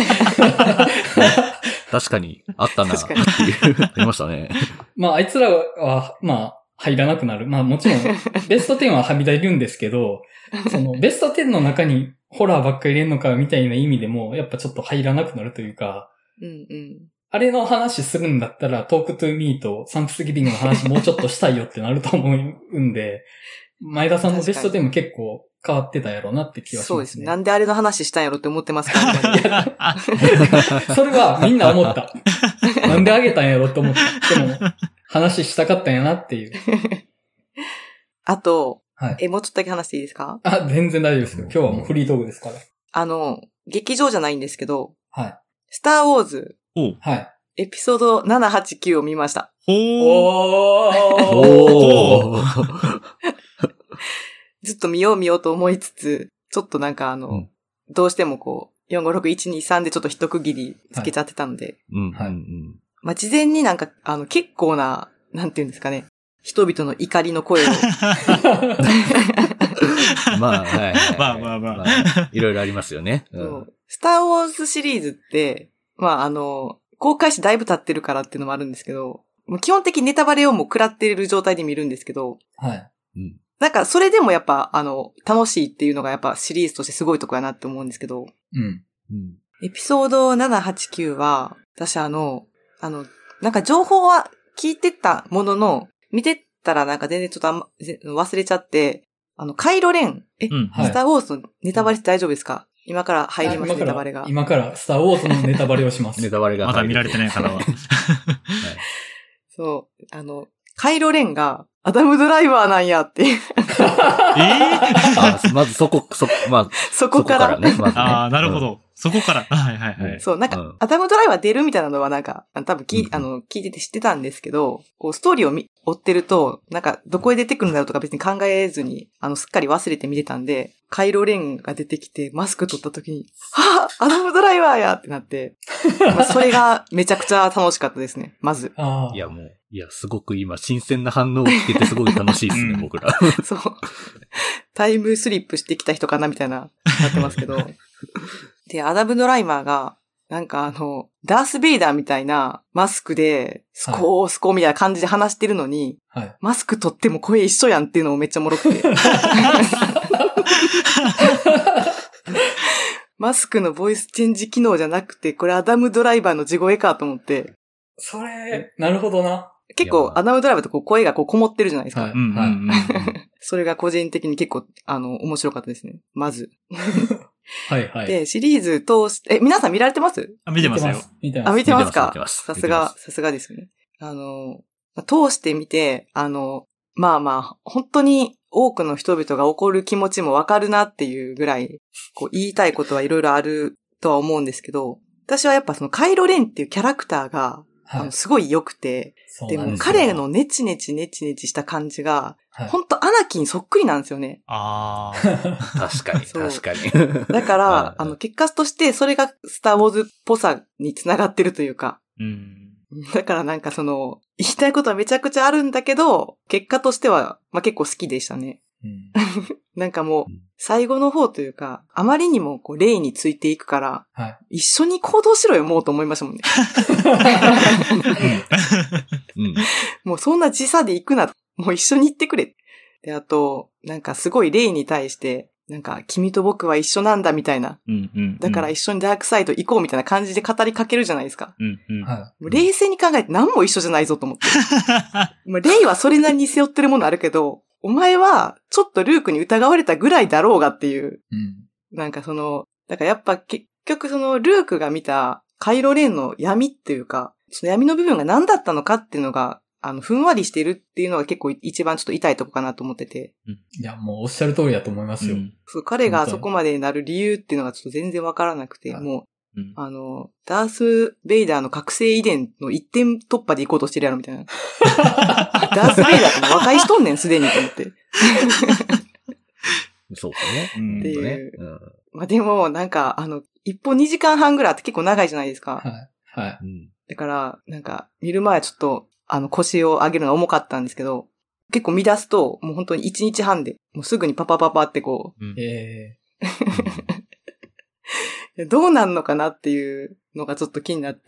確かに、あったな。 確かにっていうありましたね。 まあ、あいつらは、まあ、入らなくなる。まあ、もちろん、ベスト10ははみ出るんですけど、その、ベスト10の中にホラーばっかり入れんのかみたいな意味でも、やっぱちょっと入らなくなるというか、 うんうん。 あれの話するんだったら、トークトゥーミーとサンクスギビングの話もうちょっとしたいよってなると思うんで、前田さんのベスト10も結構変わってたやろうなって気はしますね。 そうですね。なんであれの話したんやろって思ってますからね。 いやそれはみんな思った。なんであげたんやろって思った。でも、話したかったんやなっていう。 あと、 はい。 もうちょっとだけ話していいですか？ 全然大丈夫ですよ。今日はもうフリートークですから。 劇場じゃないんですけど、 はい。 スターウォーズ、 はい。 エピソード7、8、9を見ました。 おーずっと見ようと思いつつ、ちょっとなんかどうしてもこう、4、5、6、1、2、3でちょっと一区切りつけちゃってたので。 はい。 まあ、事前になんか、結構な、なんていうんですかね、人々の怒りの声を。 まあ、はい。 まあ。 いろいろありますよね。 スターウォーズシリーズって、まあ公開してだいぶ経ってるからっていうのもあるんですけど、もう基本的にネタバレをもう食らっている状態で見るんですけど、 はい。 なんかそれでもやっぱ楽しいっていうのがやっぱシリーズとしてすごいとこやなって思うんですけど、エピソード7、8、9は、私なんか情報は聞いてたものの、見てたらなんか全然ちょっと忘れちゃって、カイロレン、スターウォーズのネタバレって大丈夫ですか？今から入ります、ネタバレが。 今からスターウォーズのネタバレをします。 ネタバレが。 まだ見られてない方は。はい、 そう、カイロレンがアダムドライバーなんやって。 まずそこからね。まずねなるほど。そこから。はい。 そう、なんか、アダムドライバー出るみたいなのはなんか、多分聞いてて知ってたんですけど、こう、ストーリーを追ってると、なんか、どこへ出てくるんだろうとか別に考えずに、すっかり忘れて見てたんで、カイロレンが出てきて、マスク取った時に、はぁ、アダムドライバーやってなって、まあ、それがめちゃくちゃ楽しかったですね、まず。 いや、すごく今、新鮮な反応を聞けてすごい楽しいですね、僕ら。 そう。タイムスリップしてきた人かなみたいな、なってますけど。で、アダムドライバーが、なんかダース・ベイダーみたいなマスクで、スコーみたいな感じで話してるのに、はい、マスク取っても声一緒やんっていうのもめっちゃおもろくて。マスクのボイスチェンジ機能じゃなくて、これアダムドライバーの地声かと思って。 それ、なるほどな。 結構、アダムドライバーってこう声がこもってるじゃないですか。 はい。 それが個人的に結構、面白かったですね。まず。 はいはい。 で、シリーズ通して、皆さん見られてます？ 見てますよ。 見てますか？さすがですね。通してみて、まあ、本当に多くの人々が怒る気持ちもわかるなっていうぐらい、こう言いたいことはいろいろあるとは思うんですけど、私はやっぱそのカイロレンっていうキャラクターが、すごい良くて、でも彼のネチネチした感じが、ほんとアナキンそっくりなんですよね。 確かに。 だから、結果としてそれがスターウォーズっぽさにつながってるというか。だからなんか言いたいことはめちゃくちゃあるんだけど、結果としては、まあ、結構好きでしたね。なんかもう、最後の方というか、あまりにもこう霊についていくから、一緒に行動しろよ、もうと思いましたもんね。もうそんな時差で行くな、もう一緒に行ってくれ。で、あと、なんかすごい霊に対して、なんか君と僕は一緒なんだみたいな。だから一緒にダークサイド行こうみたいな感じで語りかけるじゃないですか。もう冷静に考えて何も一緒じゃないぞと思って。霊はそれなりに背負ってるものあるけど、お前はちょっとルークに疑われたぐらいだろうがっていう。なんかだからやっぱ結局ルークが見たカイロレンの闇っていうか、その闇の部分が何だったのかっていうのがふんわりしてるっていうのが結構一番ちょっと痛いとこかなと思ってて。 いや、もうおっしゃる通りだと思いますよ。 そう、彼がそこまでなる理由っていうのがちょっと全然わからなくて、もう、ダース・ベイダーの覚醒遺伝の一点突破で行こうとしてるやろみたいな。ダース・ベイダーってもう和解しとんねん、すでにと思って。 そうですね。 っていう。まあでも、なんか、一本2時間半ぐらいあって結構長いじゃないですか。 はい。はい。 だから、なんか、見る前はちょっと、腰を上げるのが重かったんですけど、結構乱すと、もう本当に1日半で、もうすぐにパパパパってこう、どうなんのかなっていうのがちょっと気になって。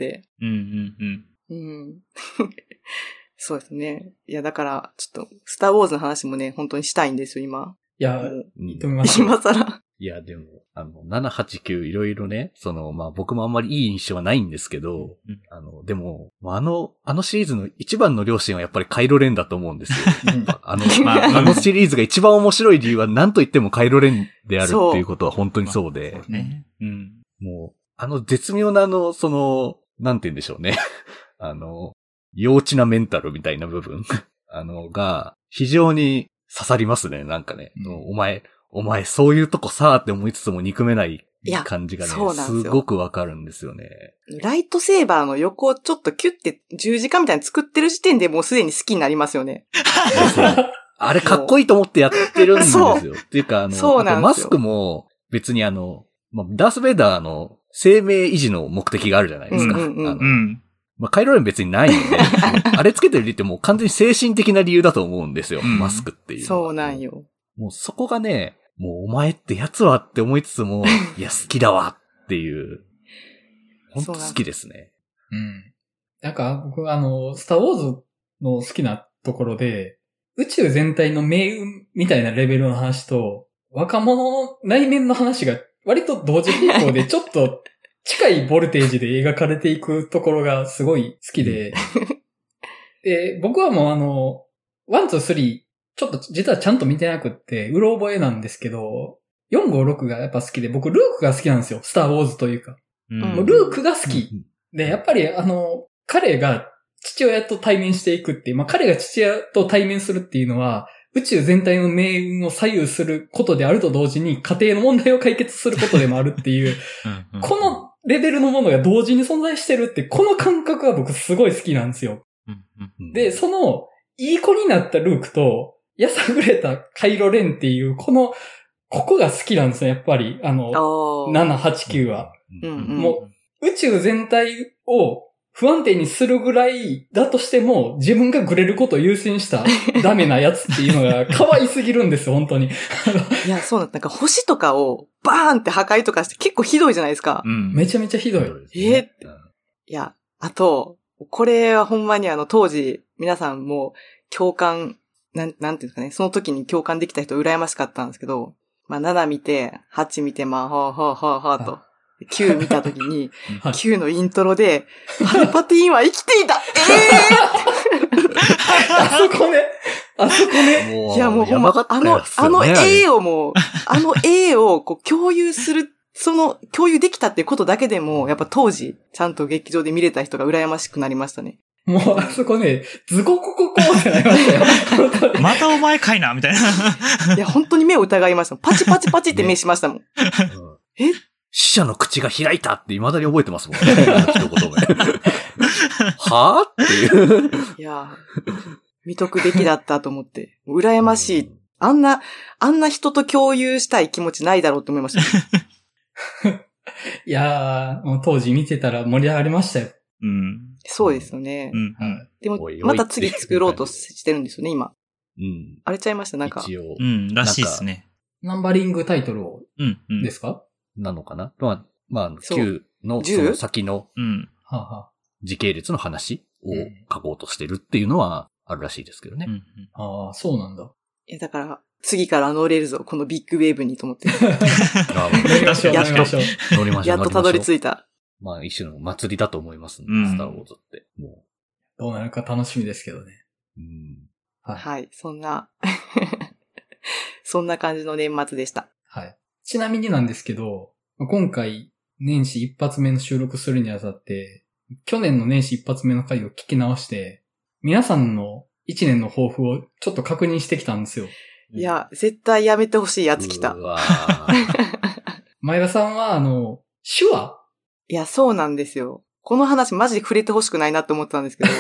そうですね。いや、だから、ちょっと、スターウォーズの話もね、本当にしたいんですよ、今。 いや、いいと思います。 今更。 いや、でも、7、8、9いろいろね、まあ僕もあんまりいい印象はないんですけど、でも、あのシリーズの一番の両親はやっぱりカイロレンだと思うんですよ。あのシリーズが一番面白い理由は何と言ってもカイロレンであるっていうことは本当にそうで、もう、絶妙ななんて言うんでしょうね。幼稚なメンタルみたいな部分、が非常に刺さりますね、なんかね。お前そういうとこさーって思いつつも憎めない感じがね、すごくわかるんですよね。 ライトセーバーの横をちょっとキュッて十字架みたいに作ってる時点でもうすでに好きになりますよね。 あれかっこいいと思ってやってるんですよ。っていうかマスクも別にダース・ベイダーの生命維持の目的があるじゃないですか。カイロレン別にないんで、あれつけてる理由ってもう完全に精神的な理由だと思うんですよ、マスクっていう。 そうなんよ。 もうそこがね、もうお前ってやつはって思いつつも、いや好きだわっていう、本当好きですね。 なんか僕スターウォーズの好きなところで、宇宙全体の命運みたいなレベルの話と、若者の内面の話が割と同時並行でちょっと近いボルテージで描かれていくところがすごい好きで、で、僕はもう1、2、3、ちょっと実はちゃんと見てなくって、うろ覚えなんですけど、4、5、6がやっぱ好きで、僕ルークが好きなんですよ。スターウォーズというか。もうルークが好き。で、やっぱり彼が父親と対面していくっていう、彼が父親と対面するっていうのは、宇宙全体の命運を左右することであると同時に、家庭の問題を解決することでもあるっていう、このレベルのものが同時に存在してるって、この感覚が僕すごい好きなんですよ。で、いい子になったルークと、やさぐれたカイロレンっていう、ここが好きなんですね、やっぱり。7、8、9は。もう、宇宙全体を不安定にするぐらいだとしても、自分がグレることを優先したダメなやつっていうのが可愛すぎるんですよ、本当に。 いや、そうなんか星とかをバーンって破壊とかして結構ひどいじゃないですか。 めちゃめちゃひどい。 いや、あと、これはほんまに当時、皆さんも共感、なんていうんですかね、その時に共感できた人羨ましかったんですけど、7見て、8見て、はぁと。9見た時に、9のイントロで、パルパティーンは生きていたあそこね。 いやもうほんま、A をもう、A をこう共有する、共有できたっていうことだけでも、やっぱ当時、ちゃんと劇場で見れた人が羨ましくなりましたね。 もうあそこね、ズココココってなりましたよ。 またお前かいなみたいな。 いや、本当に目を疑いました。パチパチパチって目しましたもん。 死者の口が開いたって未だに覚えてますもんね。一言目。はぁっていう。 いや、見とくべきだったと思って。羨ましい。あんな人と共有したい気持ちないだろうと思いました。 いやー、もう当時見てたら盛り上がりましたよ。 そうですよね。でも、また次作ろうとしてるんですよね、今。あれちゃいました、なんか。 一応。 らしいですね。 ナンバリングタイトルを、ですかなのかな9のその先の時系列の話を書こうとしてるっていうのはあるらしいですけどね。 ああ、そうなんだ。 いや、だから、次から乗れるぞ、このビッグウェーブにと思って。 乗りましょう。 やっとたどり着いた。 一種の祭りだと思いますね、スターウォーズって。もうどうなるか楽しみですけどね。 はい、そんな感じの年末でした。 はい。ちなみになんですけど、今回年始一発目の収録するにあたって、去年の年始一発目の回を聞き直して、 皆さんの1年の抱負をちょっと確認してきたんですよ。 いや、絶対やめてほしいやつ来たう。わー前田さんは、手話いや、そうなんですよ。この話マジで触れてほしくないなって思ったんですけど。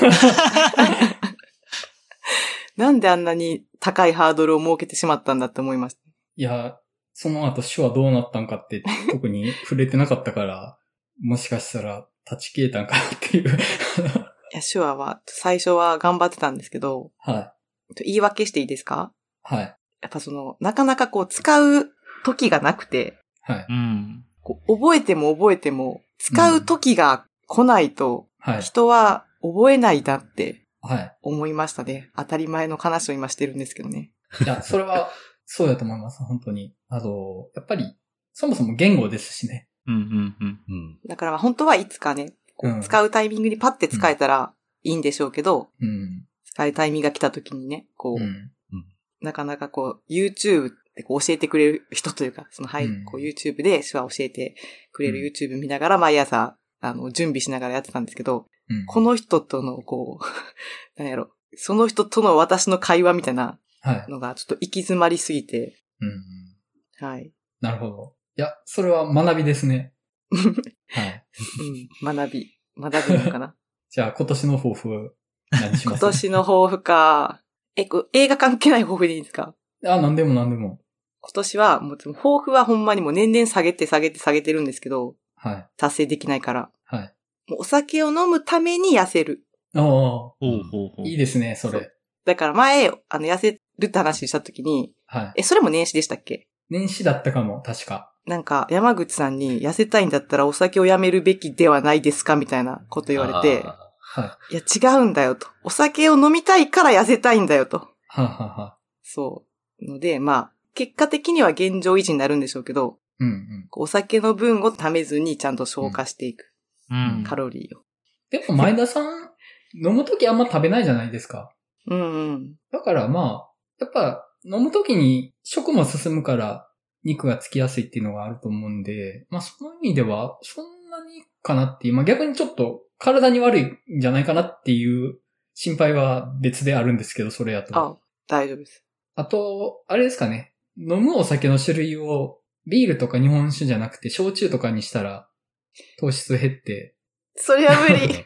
なんであんなに高いハードルを設けてしまったんだって思いました。 いや、その後手話どうなったんかって特に触れてなかったから、もしかしたら立ち消えたんかなっていう。 いや、手話は、最初は頑張ってたんですけど、 はい。 言い訳していいですか？ はい。 やっぱなかなか使う時がなくて、 はい。 うん。 覚えても覚えても、使う時が来ないと、 はい。 人は覚えないだってはい。 思いましたね。当たり前の話を今してるんですけどね。 いや、それは、そうだと思います、本当に。やっぱり、そもそも言語ですしね。 うんうんうん。 うん。 だから本当はいつかね、 うん使うタイミングにパッて使えたらいいんでしょうけど、 うん。 使うタイミングが来た時にね、 うん。 なかなかYouTube で教えてくれる人というか、 うん YouTube で手話を教えてくれる YouTube 見ながら毎朝、準備しながらやってたんですけど、 うん。 この人とのなんやろ、その人との私の会話みたいなはい。 のがちょっと行き詰まりすぎて、 うん。 はい。 なるほど。いや、それは学びですね。はい。 学びなのかな。 じゃあ、今年の抱負、何しま今す年の抱負か。映画関係ない抱負でいいですか？ なんでもなんでも。 今年は、もう抱負はほんまにもう年々下げてるんですけど、 はい。 達成できないから。 はい。 もうお酒を飲むために痩せる。 ああ、 ほうほうほう。 いいですね、それ。 だから前、痩せるって話した時に、 はい。 それも年始でしたっけ？ 年始だったかも、確か。 なんか、山口さんに痩せたいんだったらお酒をやめるべきではないですかみたいなこと言われて、 はいや、違うんだよと。お酒を飲みたいから痩せたいんだよと。 い。はは。 そう。ので、結果的には現状維持になるんでしょうけど、 うんうん。 お酒の分を溜めずにちゃんと消化していく。 うん。 カロリーを。 でも、前田さん、飲むときあんま食べないじゃないですか。 うん。 だからやっぱ、飲むときに食も進むから肉がつきやすいっていうのがあると思うんで、その意味では、そんなにかなっていう、逆にちょっと体に悪いんじゃないかなっていう心配は別であるんですけど、それやと。 大丈夫です。 あと、あれですかね。飲むお酒の種類をビールとか日本酒じゃなくて焼酎とかにしたら糖質減って。 それは無理。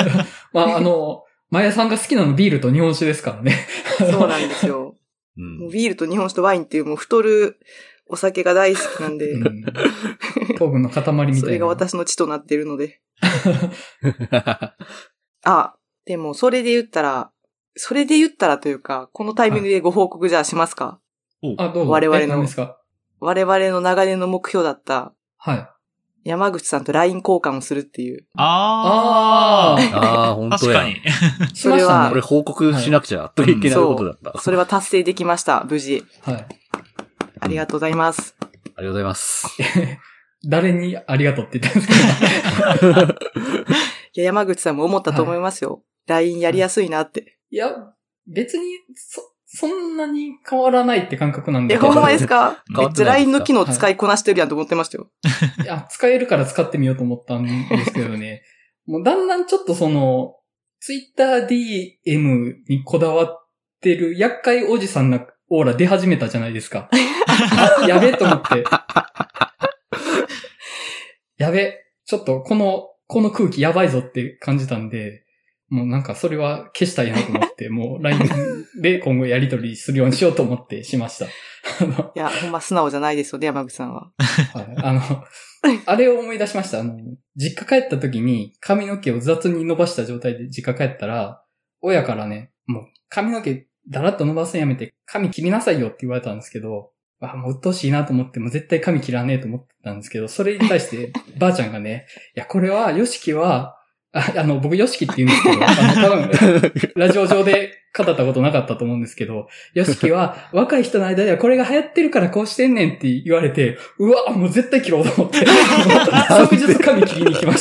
マヤさんが好きなのビールと日本酒ですからね。 そうなんですよ。もうビールと日本酒とワインっていうもう太るお酒が大好きなんで。 糖分の塊みたいな。 それが私の血となっているので。でもそれで言ったらというか、このタイミングでご報告じゃあしますか？ どうぞ。 我々の何ですか？ 我々の長年の目標だった、 はい。 山口さんと LINE 交換をするっていう。 本当や。 確かに。 それは、 これ報告しなくちゃといけないことだった。 それは達成できました、無事。 はい。 ありがとうございます。 ありがとうございます。 誰にありがとうって言ったんですか？ いや、山口さんも思ったと思いますよ。LINE やりやすいなって。 いや、別に、そんなに変わらないって感覚なんで。 ほんまですか？めっちゃ LINE の機能使いこなしてるやんと思ってましたよ。 いや、使えるから使ってみようと思ったんですけどね。もうだんだんちょっとTwitter DM にこだわってる厄介おじさんなオーラ出始めたじゃないですか。やべえと思って。やべえ。ちょっとこの空気やばいぞって感じたんで、もうなんかそれは消したいなと思って、もう LINE で今後やり取りするようにしようと思ってしました。 いや、ほんま素直じゃないですよね、山口さんは。 はい。あれを思い出しました。実家帰った時に髪の毛を雑に伸ばした状態で実家帰ったら、親からね、もう髪の毛だらっと伸ばすのやめて髪切りなさいよって言われたんですけど、もう鬱陶しいなと思って、もう絶対髪切らねえと思ってたんですけど、それに対してばあちゃんがね、いや、これは、ヨシキは、僕、ヨシキって言うんですけど、多分、ラジオ上で語ったことなかったと思うんですけど、ヨシキは、若い人の間ではこれが流行ってるからこうしてんねんって言われて、うわ、もう絶対切ろうと思って、即日髪切りに行きました。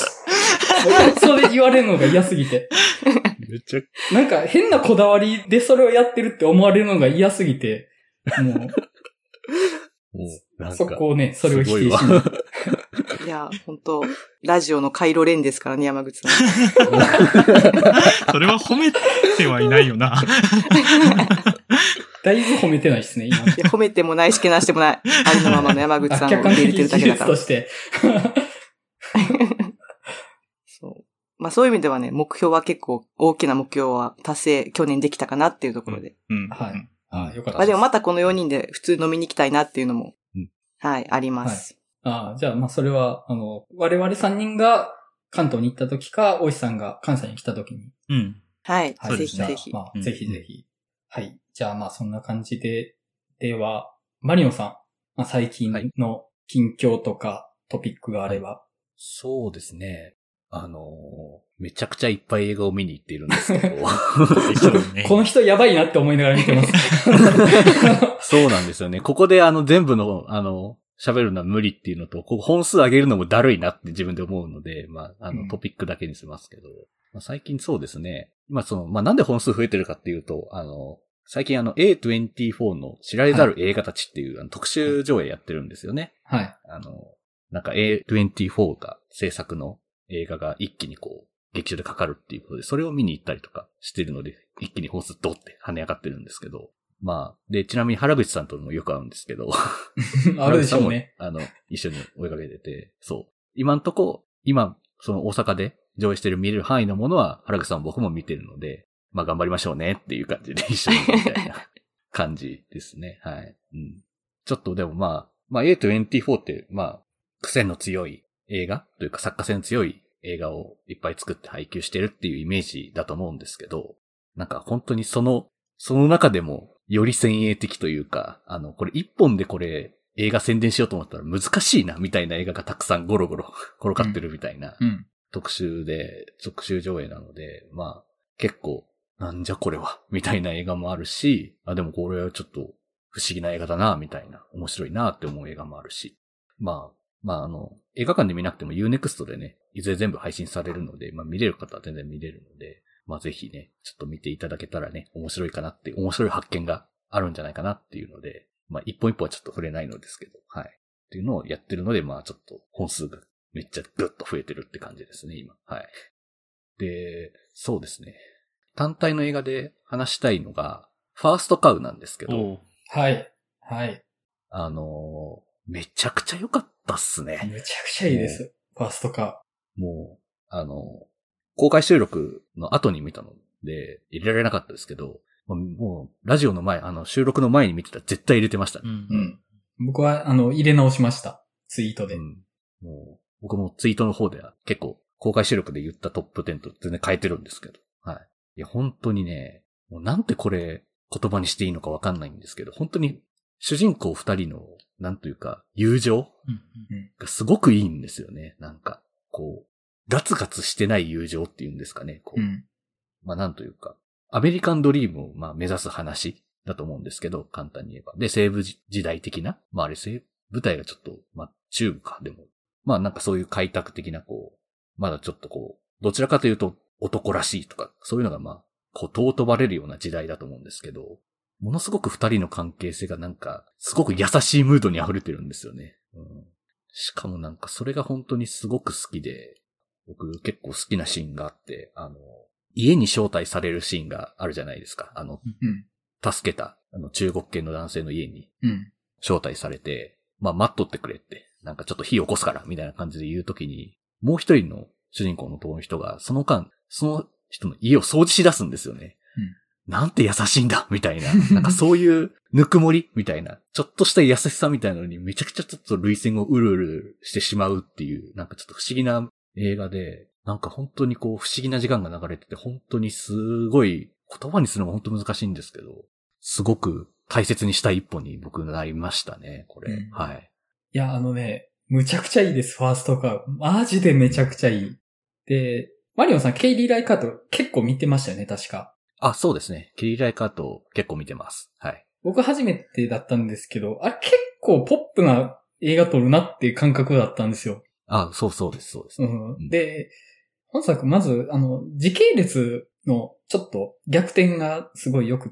それ言われるのが嫌すぎて。 めっちゃ。 なんか変なこだわりでそれをやってるって思われるのが嫌すぎて、もう、そこをね、それを否定しに。 いや、本当ラジオのカイロレンですからね、山口さん。 それは褒めてはいないよな。 だいぶ褒めてないですね、今。 いや褒めてもないし、けなしてもない。ありのままの山口さんを受け入れてるだけだから。 として。 そう。まあそういう意味ではね、目標は結構、大きな目標は達成、去年できたかなっていうところで。 うん。 はい。ああ、よかったまあでもまたこの4人で普通飲みに行きたいなっていうのも、はい、あります。 ああ、じゃあまあそれは、我々3人が関東に行った時か、大石さんが関西に来た時に。 うん。 はい。 はい、 ぜひぜひ。 まあ、ぜひぜひ。はい。じゃあまあそんな感じで、では、マリオさん、まあ、最近の近況とかトピックがあれば。 そうですね。めちゃくちゃいっぱい映画を見に行っているんですけど。 この人やばいなって思いながら見てます。 そうなんですよね。ここで全部の、喋るのは無理っていうのと、ここ本数上げるのもだるいなって自分で思うので、まあ、トピックだけにしますけど。まあ、最近そうですね。まあ、なんで本数増えてるかっていうと、最近A24 の知られざる映画たちっていう、特集上映やってるんですよね。 はい。 なんか A24 が制作の映画が一気に劇場でかかるっていうことで、それを見に行ったりとかしてるので、一気に本数ドって跳ね上がってるんですけど。まあ、で、ちなみに原口さんともよく会うんですけど。 あるでしょうね。 一緒に追いかけてて、そう。今、その大阪で上映してる見れる範囲のものは、原口さんも僕も見てるので、まあ頑張りましょうねっていう感じで一緒にみたいな感じですね。はい。うん。ちょっとでもまあ A24 って、まあ、癖の強い映画というか作家性の強い映画をいっぱい作って配給してるっていうイメージだと思うんですけど、なんか本当にその中でもより先鋭的というか、これ一本で映画宣伝しようと思ったら難しいなみたいな映画がたくさんゴロゴロ転がってるみたいな特集上映なので、まあ結構なんじゃこれはみたいな映画もあるし、でもこれはちょっと不思議な映画だなみたいな、面白いなって思う映画もあるし、まあ映画館で見なくても Unext でね、いずれ全部配信されるので、まあ見れる方は全然見れるので、まあぜひね、ちょっと見ていただけたらね、面白い発見があるんじゃないかなっていうので、まあ一本一本はちょっと触れないのですけど、はい。っていうのをやってるので、まあちょっと本数がめっちゃグッと増えてるって感じですね、今。はい。で、そうですね。単体の映画で話したいのが、ファーストカウなんですけど、 はい。はい。 めちゃくちゃ良かったっすね。 めちゃくちゃいいです。ファーストカウ。もう、公開収録の後に見たので、入れられなかったですけど、もう、ラジオの前、収録の前に見てたら絶対入れてましたね。 うん。僕は、入れ直しました。ツイートで。 もう、僕もツイートの方では結構、公開収録で言ったトップ10と全然変えてるんですけど、はい。いや、本当にね、もうなんてこれ、言葉にしていいのかわかんないんですけど、本当に、主人公二人の、なんというか、友情がすごくいいんですよね。なんか、ガツガツしてない友情っていうんですかね。まあなんというか、アメリカンドリームを目指す話だと思うんですけど、簡単に言えば。で、西部時代的な、まああれ舞台がちょっと、中部か、でも。まあなんかそういう開拓的なまだちょっとどちらかというと男らしいとか、そういうのが尊ばれるような時代だと思うんですけど、ものすごく二人の関係性がなんか、すごく優しいムードに溢れてるんですよね。しかもなんかそれが本当にすごく好きで、僕結構好きなシーンがあって、家に招待されるシーンがあるじゃないですか。助けた、中国系の男性の家に、招待されて、待っとってくれって、なんかちょっと火起こすから、みたいな感じで言うときに、もう一人の主人公の男の人が、その人の家を掃除し出すんですよね。なんて優しいんだみたいな。なんかそういうぬくもりみたいな。ちょっとした優しさみたいなのにめちゃくちゃちょっと涙腺をうるうるしてしまうっていう、なんかちょっと不思議な映画で、なんか本当に不思議な時間が流れてて、本当にすごい、言葉にするのも本当難しいんですけど、すごく大切にした一本に僕なりましたね、これ。はい。 いや、むちゃくちゃいいです、ファーストカウ。マジでめちゃくちゃいい。で、マリオンさん、ケイリー・ライカート結構見てましたよね、確か。 そうですね。ケイリー・ライカート結構見てます。はい。 僕初めてだったんですけど、あれ結構ポップな映画撮るなっていう感覚だったんですよ。 そうです。 で、本作まず、時系列のちょっと逆転がすごい良くって、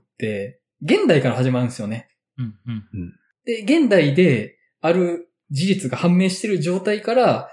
現代から始まるんですよね。で、現代である事実が判明してる状態から、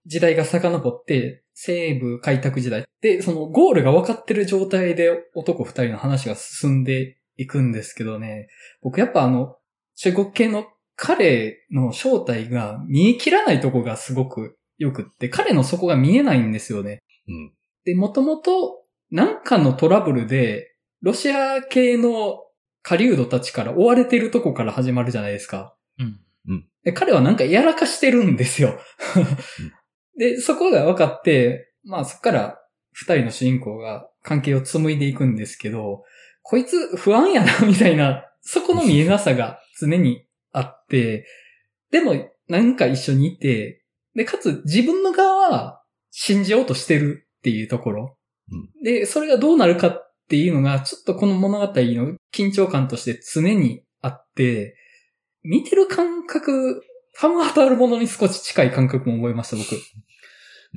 時代が遡って、西部開拓時代で、そのゴールが分かってる状態で男二人の話が進んでいくんですけどね、僕やっぱ中国系の彼の正体が見え切らないとこがすごく良くって、彼の底が見えないんですよね。 うん。 で、もともと何かのトラブルで、ロシア系の狩人たちから追われてるとこから始まるじゃないですか。 うん。 で、彼はなんかやらかしてるんですよ。で、そこが分かって、まあそこから二人の主人公が関係を紡いでいくんですけど、こいつ不安やな、みたいな、そこの見えなさが常にあって、でもなんか一緒にいて、で、かつ自分の側は信じようとしてるっていうところ。で、それがどうなるかっていうのが、ちょっとこの物語の緊張感として常にあって、見てる感覚、ハムハタあるものに少し近い感覚も覚えました、僕。 うん。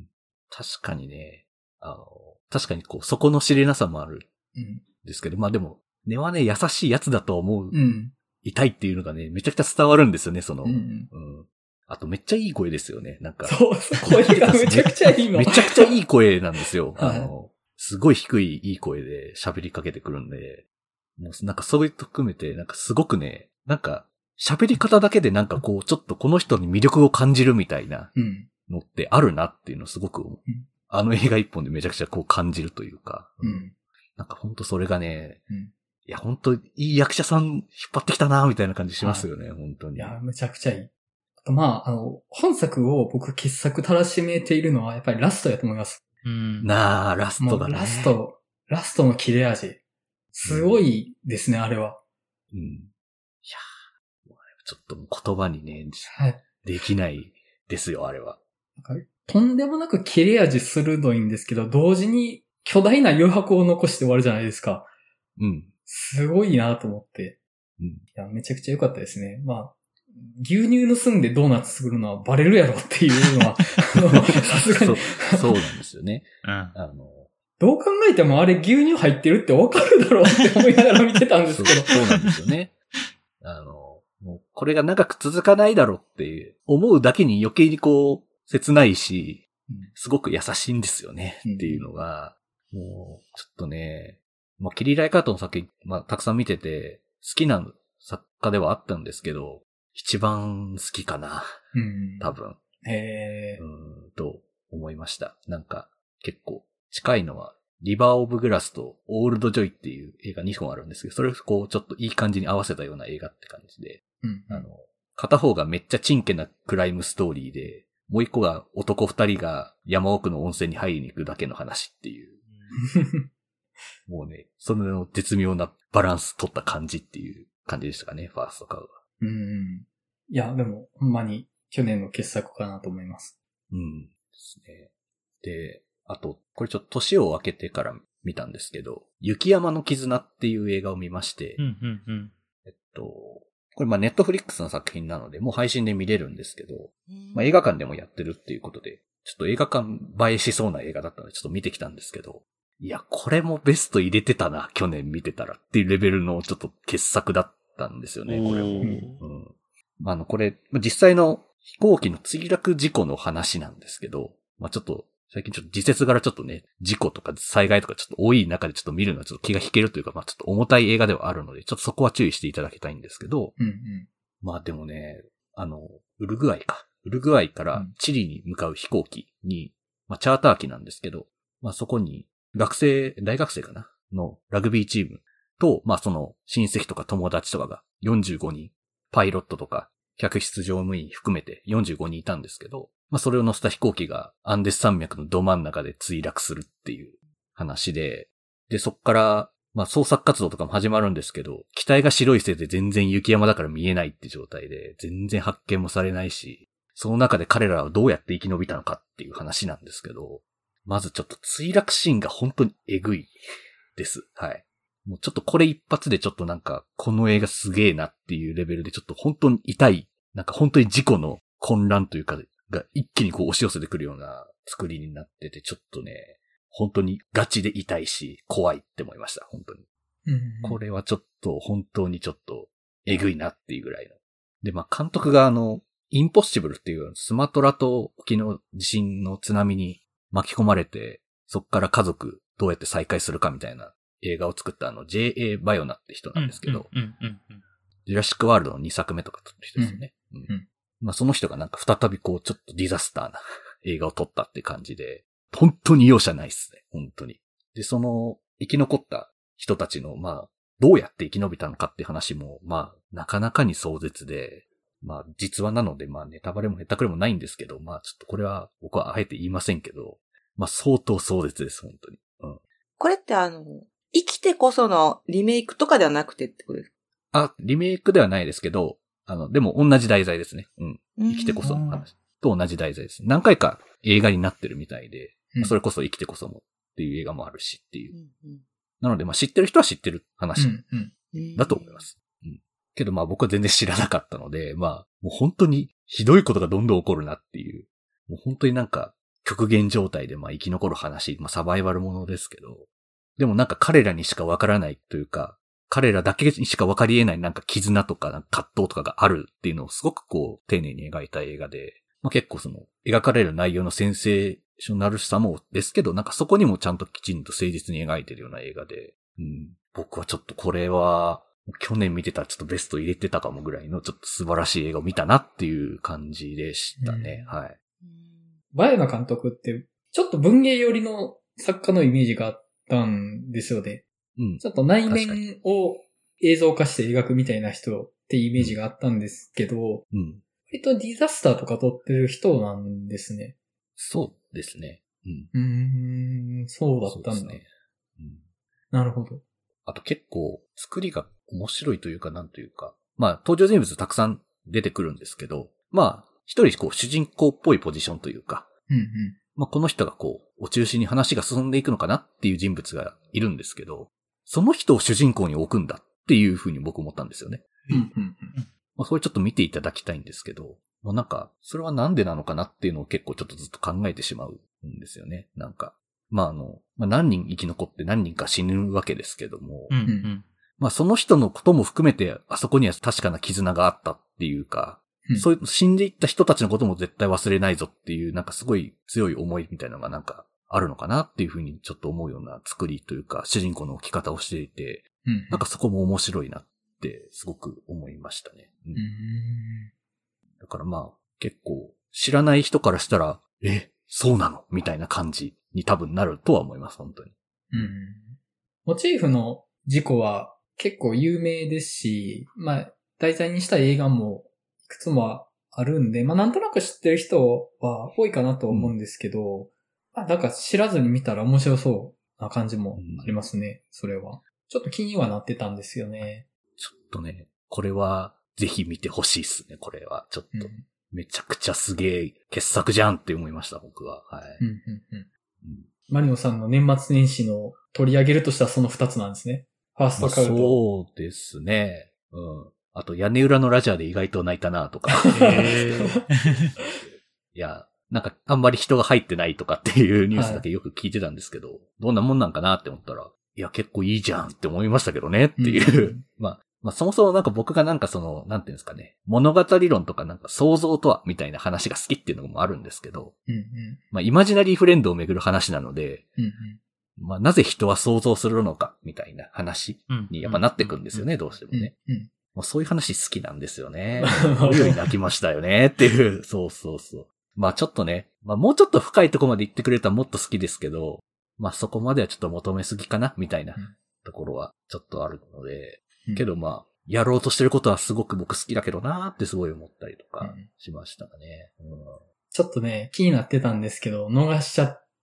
確かにね、確かにこう、そこの知れなさもある。ですけど、まあでも、根はね、優しいやつだと思う。痛いっていうのがね、めちゃくちゃ伝わるんですよね、あとめっちゃいい声ですよね、なんか。 そう、声がめちゃくちゃいいの。 めちゃくちゃいい声なんですよ。 はい、 すごい低いいい声で喋りかけてくるんで、もうなんかそういうと含めて、なんかすごくね、なんか喋り方だけでなんかこう、ちょっとこの人に魅力を感じるみたいなのってあるなっていうのをすごく、あの映画一本でめちゃくちゃこう感じるというか、なんかほんとそれがね、いやほんといい役者さん引っ張ってきたなみたいな感じしますよね、本当に。 いや、めちゃくちゃいい。まあ、本作を僕傑作たらしめているのはやっぱりラストやと思います。 ラストがね。 ラストの切れ味。すごいですね、あれは。 いやちょっと言葉にね、できないですよ、あれは。 とんでもなく切れ味鋭いんですけど、同時に巨大な余白を残して終わるじゃないですか。すごいなと思って。いや、めちゃくちゃ良かったですね。まあ、牛乳盗んでドーナツ作るのはバレるやろっていうのは、さすがにそうなんですよね。 どう考えてもあれ牛乳入ってるってわかるだろうって思いながら見てたんですけど。 そうなんですよね。もうこれが長く続かないだろうって思うだけに余計にこう、切ないし、すごく優しいんですよね、っていうのが、もう、ちょっとね、まあ、キリライカートの作品、まあ、たくさん見てて、好きな作家ではあったんですけど、一番好きかな。多分。と思いました。なんか、結構、近いのは、リバー・オブ・グラスとオールド・ジョイっていう映画2本あるんですけど、それをこう、ちょっといい感じに合わせたような映画って感じで、片方がめっちゃチンケなクライムストーリーで、もう一個が男二人が山奥の温泉に入りに行くだけの話っていう。もうね、その絶妙なバランス取った感じっていう感じでしたかね、ファーストカウは。 いや、でも、ほんまに去年の傑作かなと思います。 ですね。で、あと、これちょっと年を明けてから見たんですけど、雪山の絆っていう映画を見まして、これまあネットフリックスの作品なので、もう配信で見れるんですけど、まあ映画館でもやってるっていうことで、ちょっと映画館映えしそうな映画だったのでちょっと見てきたんですけど、いや、これもベスト入れてたな、去年見てたらっていうレベルのちょっと傑作だったんですよね、これも。まあこれ、実際の飛行機の墜落事故の話なんですけど、まあちょっと、最近ちょっと時節柄ちょっとね、事故とか災害とかちょっと多い中でちょっと見るのはちょっと気が引けるというか、まあちょっと重たい映画ではあるので、ちょっとそこは注意していただきたいんですけど、まあでもね、ウルグアイからチリに向かう飛行機に、まあチャーター機なんですけど、まあそこに大学生かなのラグビーチームと、まあその親戚とか友達とかが45人、パイロットとか客室乗務員含めて45人いたんですけど、まあそれを乗せた飛行機がアンデス山脈のど真ん中で墜落するっていう話で、でそっからまあ捜索活動とかも始まるんですけど、機体が白いせいで全然雪山だから見えないって状態で、全然発見もされないし、その中で彼らはどうやって生き延びたのかっていう話なんですけど、まずちょっと墜落シーンが本当にエグいです。はい。もうちょっとこれ一発でちょっとなんか、この映画すげえなっていうレベルでちょっと本当に痛い、なんか本当に事故の混乱というか、が一気にこう押し寄せてくるような作りになってて、ちょっとね、本当にガチで痛いし、怖いって思いました、本当に。これはちょっと本当にちょっとエグいなっていうぐらいの。で、まあ監督がインポッシブルっていうスマトラ島沖の地震の津波に巻き込まれて、そっから家族どうやって再会するかみたいな映画を作ったJ.A. バヨナって人なんですけど、ジュラシックワールドの2作目とか撮ってる人ですよね。まあその人がなんか再びこうちょっとディザスターな映画を撮ったって感じで、本当に容赦ないっすね。本当に。で、その生き残った人たちのまあどうやって生き延びたのかって話もまあなかなかに壮絶で、まあ実話なのでまあネタバレもへったくれもないんですけど、まあちょっとこれは僕はあえて言いませんけど、まあ相当壮絶です、本当に。 これって生きてこそのリメイクとかではなくてってことですか？ リメイクではないですけど、でも同じ題材ですね。生きてこその話と同じ題材です。何回か映画になってるみたいで、それこそ生きてこそもっていう映画もあるしっていう。なのでまあ知ってる人は知ってる話だと思います。けどまあ僕は全然知らなかったので、まあもう本当にひどいことがどんどん起こるなっていう。もう本当になんか極限状態でまあ生き残る話、まあサバイバルものですけど、でもなんか彼らにしかわからないというか、彼らだけにしかわかり得ないなんか絆とか葛藤とかがあるっていうのをすごくこう丁寧に描いた映画で、まあ結構その描かれる内容のセンセーショナルさもですけど、なんかそこにもちゃんときちんと誠実に描いてるような映画で、僕はちょっとこれは去年見てたちょっとベスト入れてたかもぐらいのちょっと素晴らしい映画を見たなっていう感じでしたね。はい。 バエナ監督ってちょっと文芸寄りの作家のイメージがあったんですよね。ちょっと内面を映像化して描くみたいな人ってイメージがあったんですけど、割とディザスターとか撮ってる人なんですね。 そうですね。 そうだったんだ。そうですね。なるほど。 あと結構作りが面白いというかなんというか、まあ登場人物たくさん出てくるんですけど、まあ一人こう主人公っぽいポジションというか、まあこの人がこう、を中心に話が進んでいくのかなっていう人物がいるんですけど、その人を主人公に置くんだっていうふうに僕思ったんですよね。まあそれちょっと見ていただきたいんですけど、まあなんか、それはなんでなのかなっていうのを結構ちょっとずっと考えてしまうんですよね。なんか、まあ何人生き残って何人か死ぬわけですけども、まあその人のことも含めて、あそこには確かな絆があったっていうか、そういう死んでいった人たちのことも絶対忘れないぞっていう、なんかすごい強い思いみたいなのがなんかあるのかなっていうふうにちょっと思うような作りというか、主人公の置き方をしていて、なんかそこも面白いなってすごく思いましたね。だからまあ結構知らない人からしたら、そうなのみたいな感じに多分なるとは思います、本当に。 モチーフの事故は結構有名ですし、まあ題材にした映画もいくつもあるんで、まあなんとなく知ってる人は多いかなと思うんですけど、なんか知らずに見たら面白そうな感じもありますね、それは。ちょっと気にはなってたんですよね。 ちょっとね、これはぜひ見てほしいっすね、これは。ちょっと、めちゃくちゃすげえ傑作じゃんって思いました、僕は。はい。 マリノさんの年末年始の取り上げるとしたらその2つなんですね。ファーストカウト。 そうですね。あと、屋根裏のラジャーで意外と泣いたなとか。いや、なんか、あんまり人が入ってないとかっていうニュースだけよく聞いてたんですけど、どんなもんなんかなって思ったら、いや、結構いいじゃんって思いましたけどねっていう。まあ、そもそもなんか僕がなんかその、なんていうんですかね、物語論とかなんか想像とはみたいな話が好きっていうのもあるんですけど、まあ、イマジナリーフレンドをめぐる話なので、まあ、なぜ人は想像するのかみたいな話にやっぱなってくんですよね、どうしてもね。もうそういう話好きなんですよね。おいおい泣きましたよねっていう。そう。まあちょっとね、まあもうちょっと深いところまで行ってくれたらもっと好きですけど、まあそこまではちょっと求めすぎかなみたいなところはちょっとあるので、けどまあ、やろうとしてることはすごく僕好きだけどなーってすごい思ったりとかしましたかね。 ちょっとね、気になってたんですけど、逃しちゃって、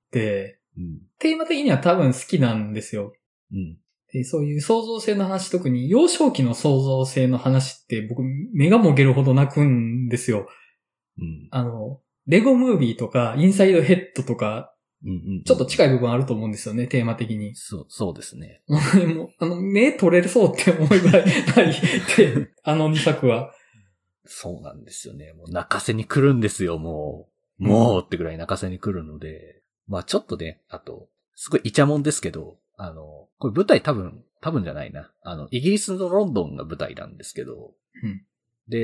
テーマ的には多分好きなんですよ。でそういう創造性の話、特に幼少期の創造性の話って僕目がもげるほど泣くんですよ。レゴムービーとかインサイドヘッドとか、ちょっと近い部分あると思うんですよね、テーマ的に。 そうですね。 もう目取れそうって思いぐらいないって、2作は。 そうなんですよね。もう泣かせに来るんですよ、もうってぐらい泣かせに来るので。まあちょっとね、あと、すごいイチャモンですけど、これ舞台多分じゃないな。イギリスのロンドンが舞台なんですけど、で、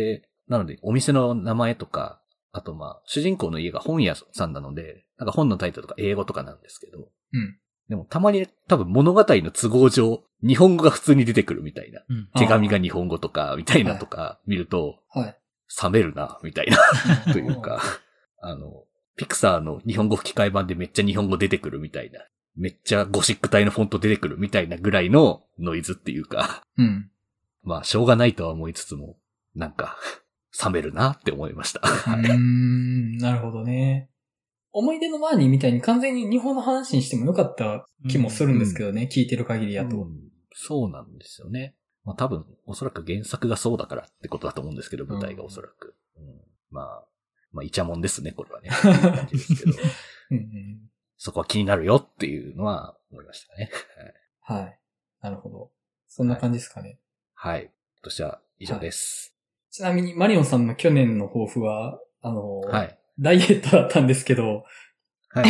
なので、お店の名前とか、あと主人公の家が本屋さんなので、なんか本のタイトルとか英語とかなんですけど、 うん。 でもたまに多分物語の都合上、日本語が普通に出てくるみたいな。手紙が日本語とか、みたいなとか見ると、 はい。 冷めるな、みたいな。というか、ピクサーの日本語吹き替え版でめっちゃ日本語出てくるみたいな。めっちゃゴシック体のフォント出てくるみたいなぐらいのノイズっていうか。 うん。 しょうがないとは思いつつも、なんか、冷めるなって思いました。 なるほどね。思い出のマーニーみたいに完全に日本の話にしてもよかった気もするんですけどね、聞いてる限りやと。 そうなんですよね。多分、おそらく原作がそうだからってことだと思うんですけど、舞台がおそらく。イチャモンですね、これはね。感じですけどそこは気になるよっていうのは思いましたね。 はい。なるほど。そんな感じですかね。 はい。今年は以上です。 ちなみに、マリオンさんの去年の抱負は、 はい。 ダイエットだったんですけど、 はい。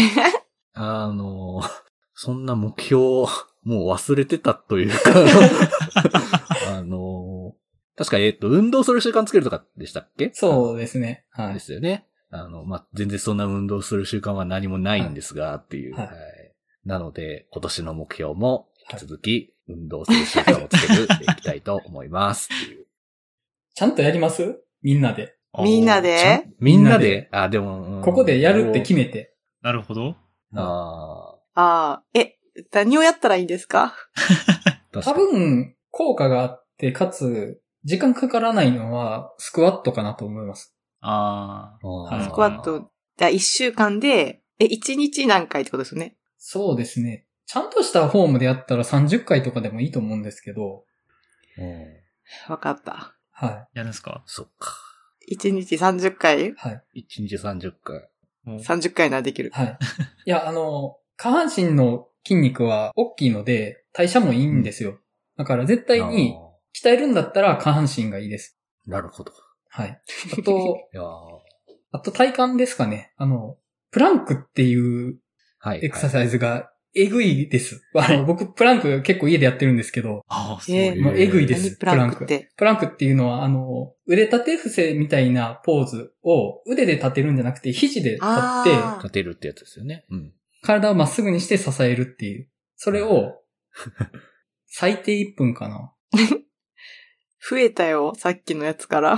そんな目標、もう忘れてたというか、確か、運動する習慣つけるとかでしたっけ？ そうですね。はい。 ですよね。全然そんな運動する習慣は何もないんですが、っていう。 はい。 なので、今年の目標も引き続き、運動する習慣をつけていきたいと思います。っていう。 ちゃんとやりますみんなで。 みんなでみんなででも、 ここでやるって決めて。 なるほど。 何をやったらいいんですか？ 多分、効果があって、かつ、時間かからないのは、スクワットかなと思います。 スクワット、じゃあ1週間で、1日何回ってことですよね。 そうですね。ちゃんとしたフォームでやったら30回とかでもいいと思うんですけど。 わかった。 はい。 やるんすか？ そっか。 1日30回？ はい。 1日30回。 30回ならできる。 はい。いや、下半身の筋肉は大きいので、代謝もいいんですよ。だから絶対に、鍛えるんだったら下半身がいいです。 なるほど。 はい。あと体幹ですかね。プランクっていうエクササイズがえぐいです。僕、プランク結構家でやってるんですけど。えぐいです。 プランクって。 プランクっていうのは、腕立て伏せみたいなポーズを腕で立てるんじゃなくて、肘で立って、 立てるってやつですよね。 体をまっすぐにして支えるっていう。それを、最低1分かな。 増えたよ、さっきのやつから。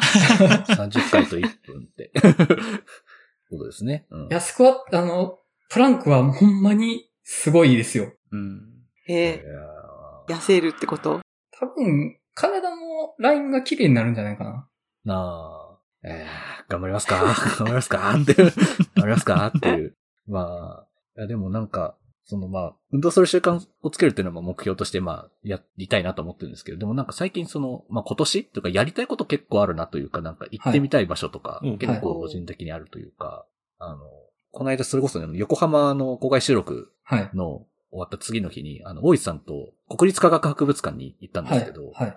30回と1分って。ことですね。 いや、スクワット、プランクはほんまにすごいですよ。 痩せるってこと？ 多分、体のラインが綺麗になるんじゃないかな。頑張りますか頑張りますかって。頑張りますかっていう。でもなんか、運動する習慣をつけるっていうのは目標としてやりたいなと思ってるんですけど、でもなんか最近今年とかやりたいこと結構あるなというか、なんか行ってみたい場所とか、結構個人的にあるというか、この間それこそね、横浜の公開収録の終わった次の日に、大石さんと国立科学博物館に行ったんですけど、 はい。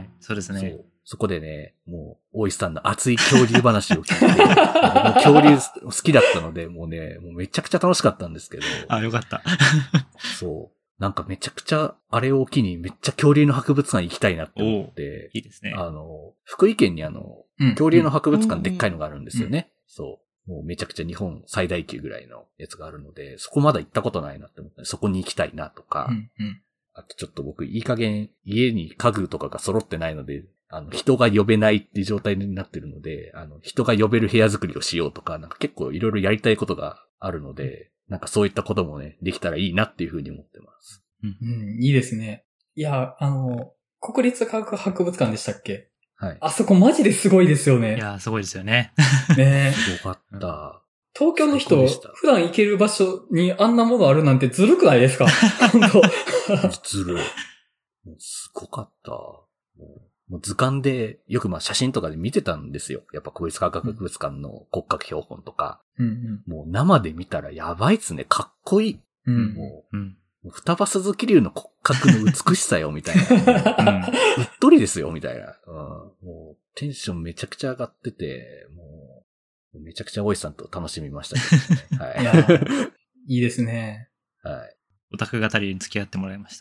そうですね。 そこでね、もう、大石さんの熱い恐竜話を聞いて、もう恐竜好きだったので、もうめちゃくちゃ楽しかったんですけど。 よかった。 そう。なんかめちゃくちゃ、あれを機にめっちゃ恐竜の博物館行きたいなって思って。 いいですね。 福井県に恐竜の博物館でっかいのがあるんですよね。そう。もうめちゃくちゃ日本最大級ぐらいのやつがあるので、そこまだ行ったことないなって思って、そこに行きたいなとか。あとちょっと僕、いい加減、家に家具とかが揃ってないので、人が呼べないっていう状態になってるので、人が呼べる部屋作りをしようとか、なんか結構いろいろやりたいことがあるので、なんかそういったこともね、できたらいいなっていうふうに思ってます。 いいですね。いや、国立科学博物館でしたっけ？ はい。 あそこマジですごいですよね。 いや、すごいですよね。 ねすごかった。 東京の人、普段行ける場所にあんなものあるなんてずるくないですか？本当ずるい。すごかった。もう図鑑でよく写真とかで見てたんですよ。やっぱ国立科学博物館の骨格標本とか。もう生で見たらやばいっすね。かっこいい。もう双葉鈴木竜の骨格の美しさよ、みたいな。うっとりですよ、みたいな。もうテンションめちゃくちゃ上がってて、もうめちゃくちゃ大石さんと楽しみましたけどね。はい。 いや、いいですね。 はい。 オタク語りに付き合ってもらいました。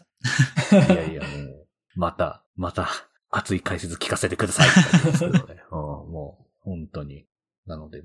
いや、もう、また、熱い解説聞かせてくださいって感じですけどね。も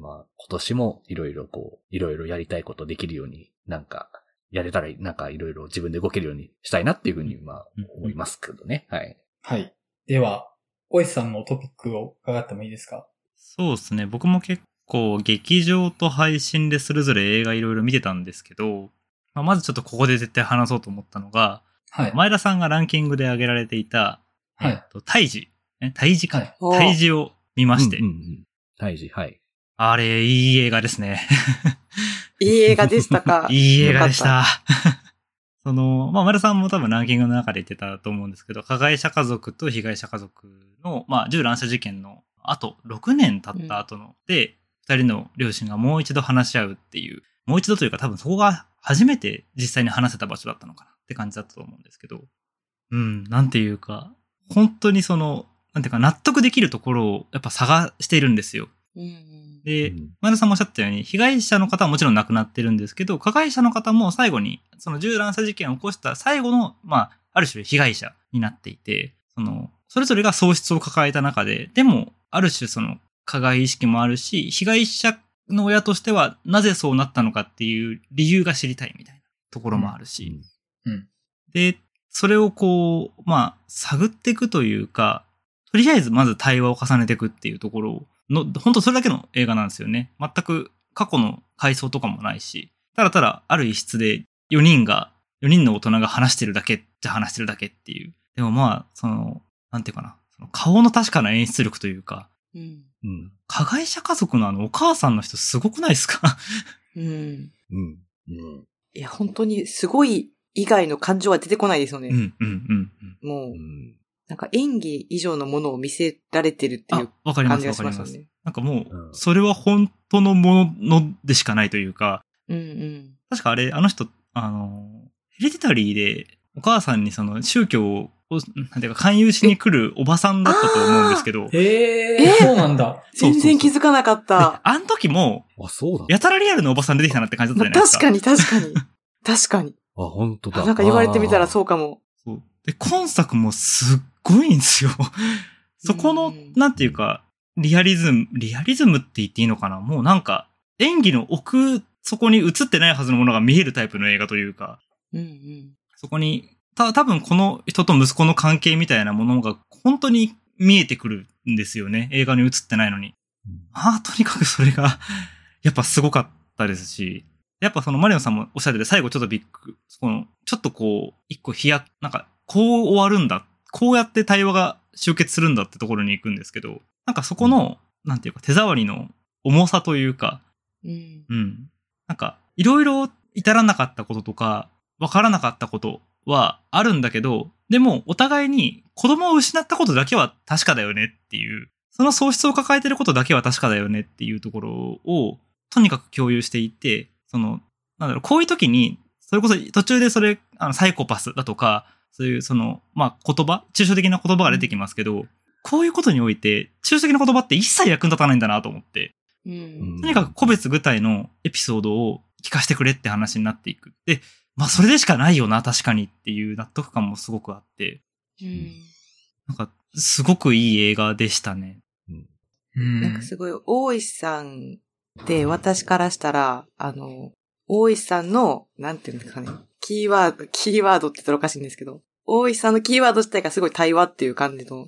まあ、今年もいろいろやりたいことできるように、なんか、やれたら、なんかいろいろ自分で動けるようにしたいなっていうふうに、まあ、思いますけどね。はい。 はい。では、大石さんのトピックを伺ってもいいですか？ そうですね。僕も結構劇場と配信でそれぞれ映画いろいろ見てたんですけど、まずちょっとここで絶対話そうと思ったのが、 はい。 前田さんがランキングで挙げられていた、 はい。 胎児。胎児か。 はい胎児を見まして。 胎児、はい。 あれ、いい映画ですね。 いい映画でしたか？ いい映画でした。前田さんも多分ランキングの中で言ってたと思うんですけど、加害者家族と被害者家族の、銃乱射事件の後、6年経った後の、で、二人の両親がもう一度話し合うっていう、もう一度というか多分そこが初めて実際に話せた場所だったのかなって感じだったと思うんですけど、なんていうか、本当になんていうか納得できるところをやっぱ探しているんですよ。で、前田さんもおっしゃったように、被害者の方はもちろん亡くなってるんですけど、加害者の方も最後に、その銃乱射事件を起こした最後の、ある種被害者になっていて、それぞれが喪失を抱えた中で、でも、ある種加害意識もあるし、被害者の親としてはなぜそうなったのかっていう理由が知りたいみたいなところもあるし、で、それを探っていくというか、とりあえずまず対話を重ねていくっていうところを、本当それだけの映画なんですよね。全く過去の回想とかもないし、ただただある一室で4人の大人が話してるだけっていう。でもなんていうかな、顔の確かな演出力というか、加害者家族のお母さんの人すごくないですか？ いや、本当にすごい以外の感情は出てこないですよね。もう、なんか演技以上のものを見せられてるっていう感じがしますよね。 なんかもう、それは本当のものでしかないというか、確かあの人、ヘレディタリーでお母さんに宗教を、なんていうか勧誘しに来るおばさんだったと思うんですけど。 そうなんだ。 全然気づかなかった。 あの時も、やたらリアルなおばさん出てきたなって感じだったじゃないですか。 確かに。 あ、本当だ。 なんか言われてみたらそうかも。 そうで、今作もすっごいんですよ。そこの、なんていうか、リアリズムって言っていいのかな？もうなんか、演技の奥底に映ってないはずのものが見えるタイプの映画というか、そこに、多分この人と息子の関係みたいなものが本当に見えてくるんですよね。映画に映ってないのに。とにかくそれが、やっぱすごかったですし、やっぱマリオンさんもおっしゃってて、最後ちょっとちょっと一個なんか、こう終わるんだ。こうやって対話が終結するんだってところに行くんですけど、なんかそこの、なんていうか手触りの重さというか、なんか、いろいろ至らなかったこととか、わからなかったことはあるんだけど、でもお互いに子供を失ったことだけは確かだよねっていう、その喪失を抱えてることだけは確かだよねっていうところを、とにかく共有していて、こういう時に、それこそ途中でサイコパスだとか、そういう言葉、抽象的な言葉が出てきますけど、こういうことにおいて、抽象的な言葉って一切役に立たないんだなと思って、とにかく個別具体のエピソードを聞かせてくれって話になっていく。で、それでしかないよな、確かにっていう納得感もすごくあって、なんか、すごくいい映画でしたね。 なんかすごい、大石さんって私からしたら、大石さんの、なんていうんですかね、キーワードって言ったらおかしいんですけど、大石さんのキーワード自体がすごい対話っていう感じの、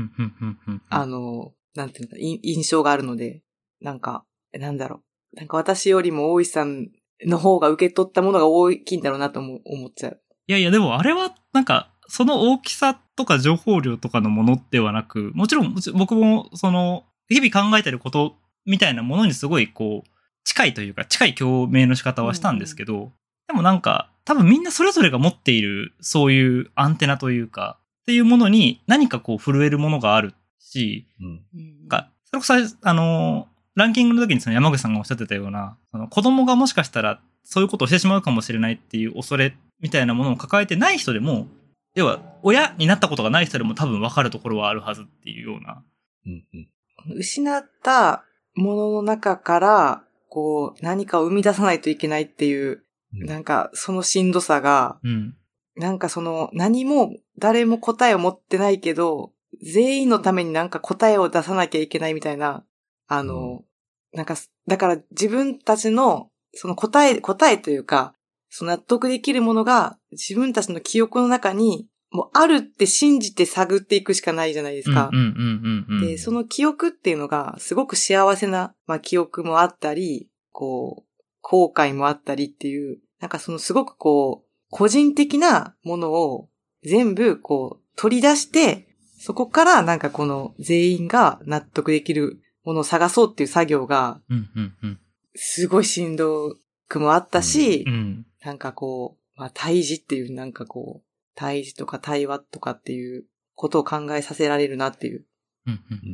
なんていうのか、印象があるので、なんか私よりも大石さんの方が受け取ったものが大きいんだろうなと思っちゃう。 いや、でもあれは、なんか、その大きさとか情報量とかのものではなく、もちろん僕も、日々考えてることみたいなものにすごい近いというか、近い共鳴の仕方はしたんですけど、でもなんか、多分みんなそれぞれが持っている、そういうアンテナというか、っていうものに何か震えるものがあるし、それこそ、ランキングの時に山口さんがおっしゃってたような、子供がもしかしたらそういうことをしてしまうかもしれないっていう恐れみたいなものを抱えてない人でも、要は親になったことがない人でも多分分かるところはあるはずっていうような。 失ったものの中から、何かを生み出さないといけないっていう、なんかそのしんどさが、なんか何も誰も答えを持ってないけど、全員のためになんか答えを出さなきゃいけないみたいな、 なんか、だから自分たちの、その答えというか、その納得できるものが自分たちの記憶の中に、もうあるって信じて探っていくしかないじゃないですか。で、その記憶っていうのが、すごく幸せな、記憶もあったり、こう、後悔もあったりっていう、なんかそのすごくこう、個人的なものを全部こう、取り出して、そこからなんかこの全員が納得できるものを探そうっていう作業が、すごいしんどくもあったし、なんかこう、対峙っていうなんかこう、対峙とか対話とかっていうことを考えさせられるなっていう。 い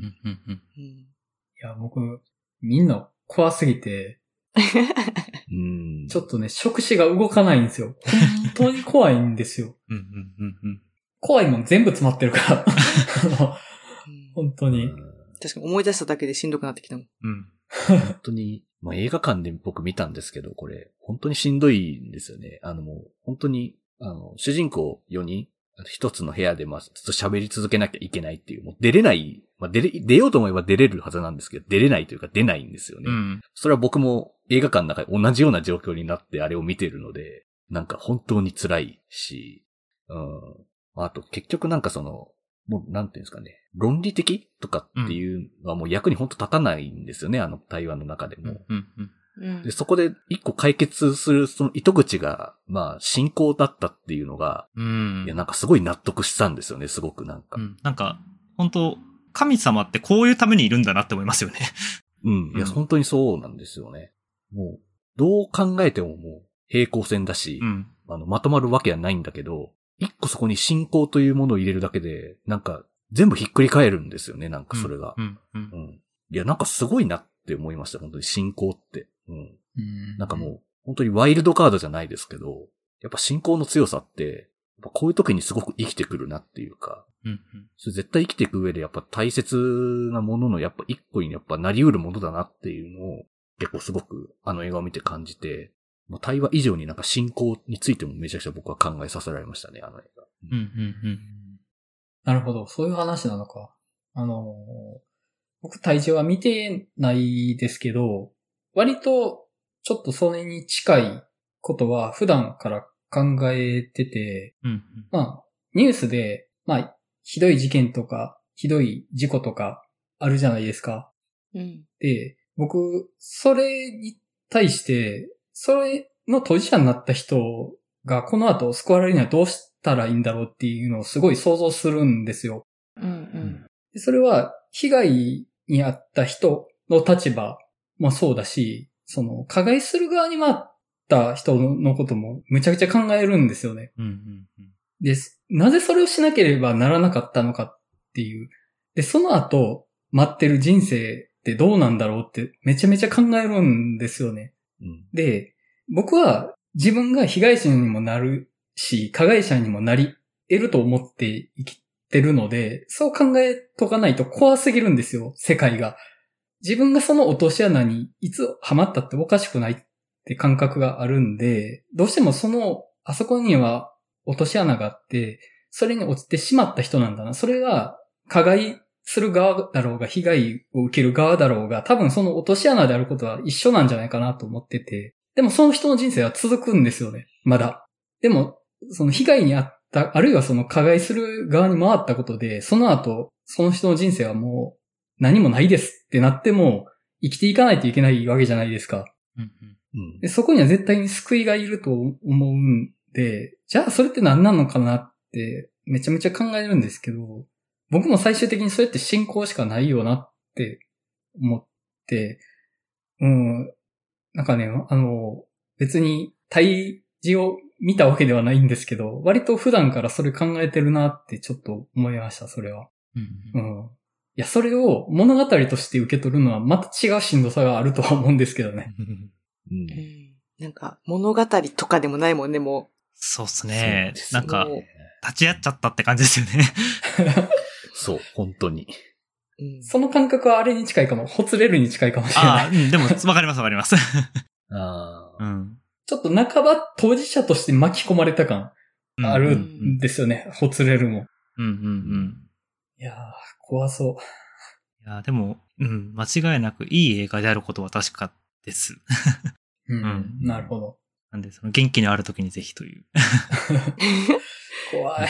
や、僕、みんな怖すぎて、ちょっとね、触手が動かないんですよ。本当に怖いんですよ。怖いもん全部詰まってるから。本当に。 確かに思い出しただけでしんどくなってきたもん。 本当に、映画館で僕見たんですけど、これ、本当にしんどいんですよね。もう、本当に、主人公4人、一つの部屋でずっと喋り続けなきゃいけないっていう、もう出れない、出ようと思えば出れるはずなんですけど、出れないというか出ないんですよね。それは僕も映画館の中で同じような状況になってあれを見てるので、なんか本当に辛いし、あと結局なんかもうなんていうんですかね、論理的とかっていうのはもう役に本当立たないんですよね、対話の中でも。で、そこで一個解決するその糸口が、信仰だったっていうのが、いや、なんかすごい納得したんですよね、すごくなんか。 なんか、本当神様ってこういうためにいるんだなって思いますよね。 いや、本当にそうなんですよね。もう、どう考えてももう平行線だし、まとまるわけはないんだけど、一個そこに信仰というものを入れるだけで、なんか全部ひっくり返るんですよね、なんかそれが。いや、なんかすごいなって思いました、本当に信仰って。なんかもう、本当にワイルドカードじゃないですけど、やっぱ信仰の強さって、やっぱこういう時にすごく生きてくるなっていうか、それ絶対生きていく上でやっぱ大切なもののやっぱ一個にやっぱなり得るものだなっていうのを結構すごく映画を見て感じて、もう対話以上になんか信仰についてもめちゃくちゃ僕は考えさせられましたね、映画。 なるほど、そういう話なのか。僕対峙は見てないですけど、割とちょっとそれに近いことは普段から考えてて、ニュースで、ひどい事件とか、ひどい事故とかあるじゃないですか。で、僕、それに対して、それの当事者になった人がこの後救われるにはどうしたらいいんだろうっていうのをすごい想像するんですよ。でそれは被害に遭った人の立場もそうだし、加害する側に回った人のこともむちゃくちゃ考えるんですよね。で、なぜそれをしなければならなかったのかっていう。で、その後待ってる人生ってどうなんだろうってめちゃめちゃ考えるんですよね。で、僕は自分が被害者にもなるし、加害者にもなり得ると思って生きてるので、そう考えとかないと怖すぎるんですよ、世界が。自分がその落とし穴にいつはまったっておかしくないって感覚があるんで、どうしてもあそこには落とし穴があって、それに落ちてしまった人なんだな。それが加害する側だろうが、被害を受ける側だろうが、多分その落とし穴であることは一緒なんじゃないかなと思ってて、でもその人の人生は続くんですよね、まだ。でも、その被害に遭った、あるいはその加害する側に回ったことで、その後、その人の人生はもう何もないですってなっても、生きていかないといけないわけじゃないですか。でそこには絶対に救いがいると思うんで、じゃあそれって何なのかなってめちゃめちゃ考えるんですけど、僕も最終的にそれって信仰しかないよなって思って、なんかね、別に対峙を見たわけではないんですけど、割と普段からそれ考えてるなってちょっと思いました、それは。いや、それを物語として受け取るのはまた違うしんどさがあるとは思うんですけどね。 なんか物語とかでもないもんね、もう。 そうっすね。なんか、立ち会っちゃったって感じですよね。 そう、本当に。 その感覚はあれに近いかも。ほつれるに近いかもしれない。 でも、わかりますわかります。 ちょっと半ば当事者として巻き込まれた感あるんですよね。ほつれるも。いやー、怖そう。 いや、でも、間違いなくいい映画であることは確かです。 なるほど。 なんで、その元気のある時にぜひという。 怖い。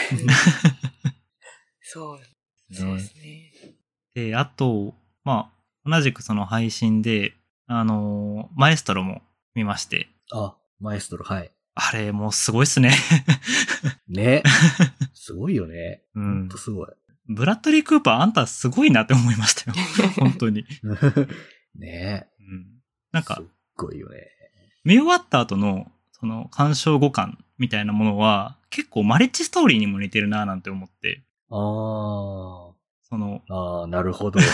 そうですね。 で、あと、同じくその配信で、マエストロも見まして。 あ、マエストロ、はい。 あれ、もうすごいっすね。 ね。すごいよね。ほんとすごい。 ブラッドリー・クーパー、あんたすごいなって思いましたよ。本当に。 ね。 なんか、 すっごいよね。 見終わった後の、その、鑑賞後感みたいなものは、結構マリッジストーリーにも似てるななんて思って。 なるほど。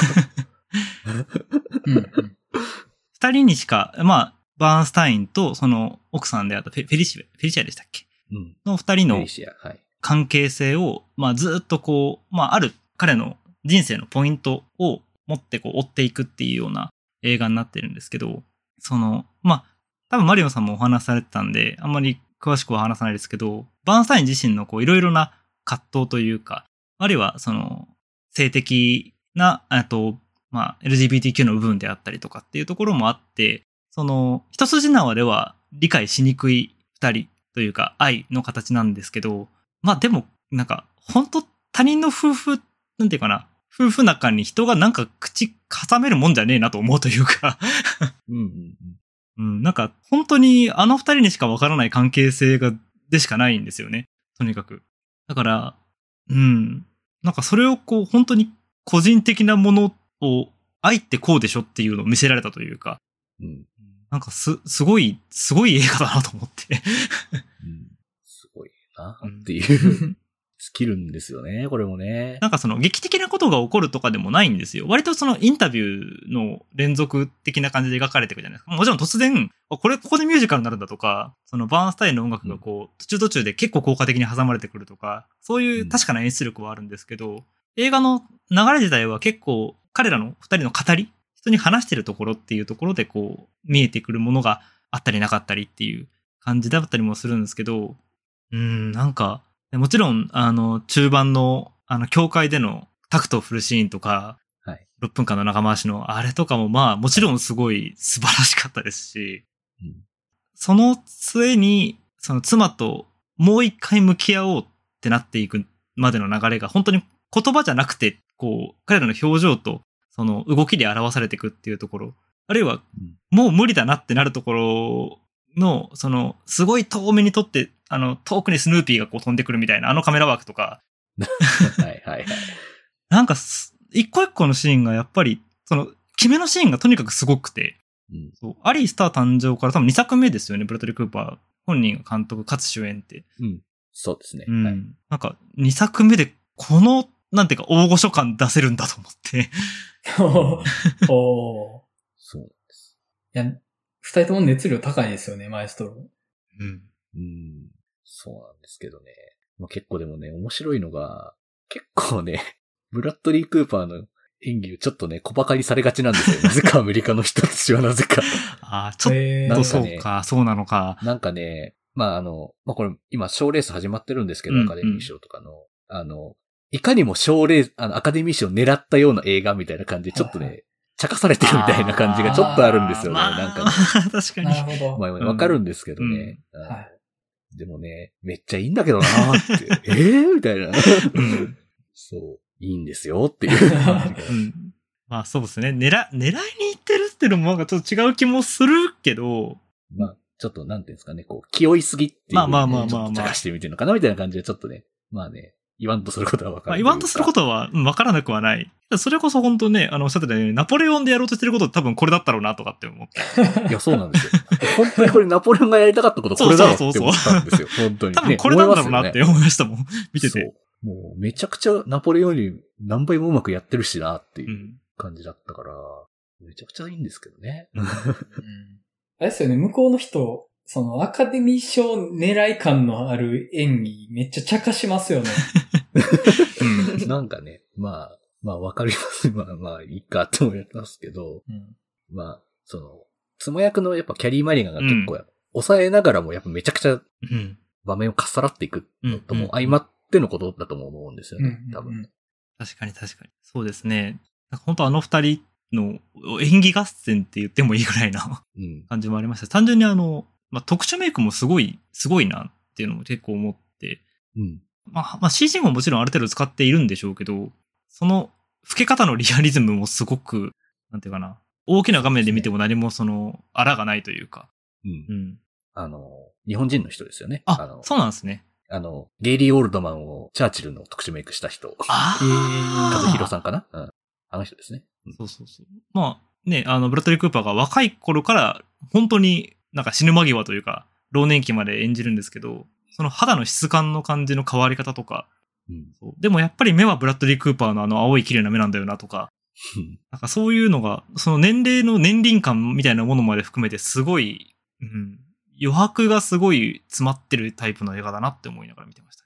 二人にしか、バーンスタインとその奥さんであったフェリシアでしたっけ、の二人の関係性を、ずっとこう、ある彼の人生のポイントを持ってこう追っていくっていうような映画になってるんですけど、多分マリオンさんもお話しされてたんで、あんまり詳しくは話さないですけど、バーンスタイン自身のこういろいろな葛藤というか、あるいはその性的な、LGBTQ の部分であったりとかっていうところもあって、その一筋縄では理解しにくい二人というか愛の形なんですけど、でもなんか本当他人の夫婦、なんていうかな、夫婦仲に人がなんか口挟めるもんじゃねえなと思うというかなんか本当にあの二人にしかわからない関係性でしかないんですよね。とにかく。だから、なんかそれをこう本当に個人的なものを愛ってこうでしょっていうのを見せられたというか、なんかすごい映画だなと思って。 すごいなっていう尽きるんですよね、これもね。 なんかその劇的なことが起こるとかでもないんですよ。割とそのインタビューの連続的な感じで描かれていくじゃないですか。もちろん突然、ここでミュージカルになるんだとか、そのバーンスタインの音楽がこう、途中で結構効果的に挟まれてくるとか、そういう確かな演出力はあるんですけど、映画の流れ自体は結構彼らの二人の語り、人に話してるところっていうところでこう、見えてくるものがあったりなかったりっていう感じだったりもするんですけど、なんか、もちろん、中盤の、教会でのタクトを振るシーンとか、6分間の長回しのあれとかももちろんすごい素晴らしかったですし、その末に、その妻ともう一回向き合おうってなっていくまでの流れが本当に言葉じゃなくて、こう、彼らの表情とその動きで表されていくっていうところ、あるいはもう無理だなってなるところの、その、すごい遠目に撮って、遠くにスヌーピーがこう飛んでくるみたいな、カメラワークとか。なんか、一個一個のシーンがやっぱり、その、決めのシーンがとにかくすごくて、そうアリースター誕生から多分2作目ですよね、ブラッドリー・クーパー。本人が監督かつ主演って。 そうですね。 なんか、2作目で、この、なんていうか、大御所感出せるんだと思って。 そうなんです。 いや、二人とも熱量高いですよね、マエストロ。 そうなんですけどね。結構でもね、面白いのが、結構ね、ブラッドリー・クーパーの演技をちょっとね、小馬鹿にされがちなんですよ。なぜかアメリカの人たちはなぜか。 ちょっとそうか、そうなのか。 なんかね、これ今賞レース始まってるんですけど、アカデミー賞とかの、いかにもアカデミー賞を狙ったような映画みたいな感じで、ちょっとね、茶化されてるみたいな感じがちょっとあるんですよね。なんかね。 確かに。 なるほど。 わかるんですけどね。でもね、めっちゃいいんだけどなーって。みたいな。そう、いいんですよっていう感じが。そうですね。狙いに行ってるっていうのもなんかちょっと違う気もするけど。 ちょっとなんていうんですかね、こう、気負いすぎっていう。ちょっと茶化してみてるのかなみたいな感じでちょっとね。言わんとすることは分かる。 言わんとすることは分からなくはない。それこそ本当ね、おっしゃってたように、ナポレオンでやろうとしてること多分これだったろうなとかって思って。 いや、そうなんですよ。本当にこれナポレオンがやりたかったことこれだろうって思ったんですよ。本当に。 多分これなんだろうなって思いましたもん。見てて。 もうめちゃくちゃナポレオンより何倍もうまくやってるしなっていう感じだったから、めちゃくちゃいいんですけどね。 あれですよね、向こうの人、そのアカデミー賞狙い感のある演技めっちゃ茶化しますよね。 なんかね、わかります。いいかと思いますけど、妻役のやっぱキャリー・マリガンが結構抑えながらもやっぱめちゃくちゃ場面をかっさらっていくのとも相まってのことだとも思うんですよね、多分。 確かに。そうですね。 なんか本当あの二人の演技合戦って言ってもいいぐらいなうん。 感じもありました。単純に特殊メイクもすごいなっていうのも結構思って、 うん。 CG ももちろんある程度使っているんでしょうけど、その老け方のリアリズムもすごく、なんていうかな、大きな画面で見ても何もあらがないというか。 うんう。ん。 日本人の人ですよね。 そうなんですね。 ゲイリー・オールドマンをチャーチルの特殊メイクした人。和弘さんかな、うん、あの人ですね。うん、 そう。まあね、ブラッドリー・クーパーが若い頃から本当になんか死ぬ間際というか、老年期まで演じるんですけど、その肌の質感の感じの変わり方とか、 うん、 そうでもやっぱり目はブラッドリー・クーパーの青い綺麗な目なんだよなとか、なんかそういうのが、その年齢の年輪感みたいなものまで含めてすごい、余白がすごい詰まってるタイプの映画だなって思いながら見てました。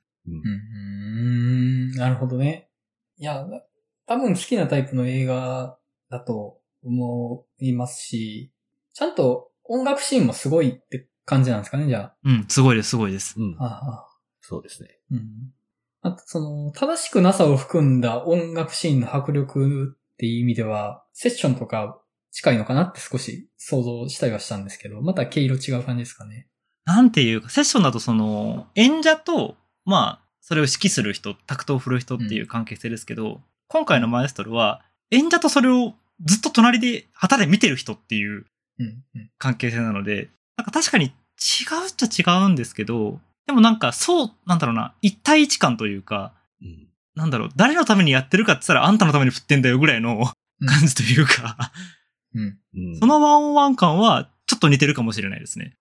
なるほどね。いや、多分好きなタイプの映画だと思いますし、ちゃんと音楽シーンもすごいって感じなんですかね、じゃあ。 すごいです、すごいです。 そうですね。 あと正しくなさを含んだ音楽シーンの迫力っていう意味では、セッションとか近いのかなって少し想像したりはしたんですけど、また毛色違う感じですかね。 なんていうか、セッションだと演者と、それを指揮する人、タクトを振る人っていう関係性ですけど、今回のマエストロは、演者とそれをずっと隣で、旗で見てる人っていう関係性なので、なんか確かに違うっちゃ違うんですけど、でもなんかなんだろうな、一対一感というか、なんだろう、誰のためにやってるかって言ったらあんたのために振ってんだよぐらいの感じというか、そのワンオンワン感はちょっと似てるかもしれないですね。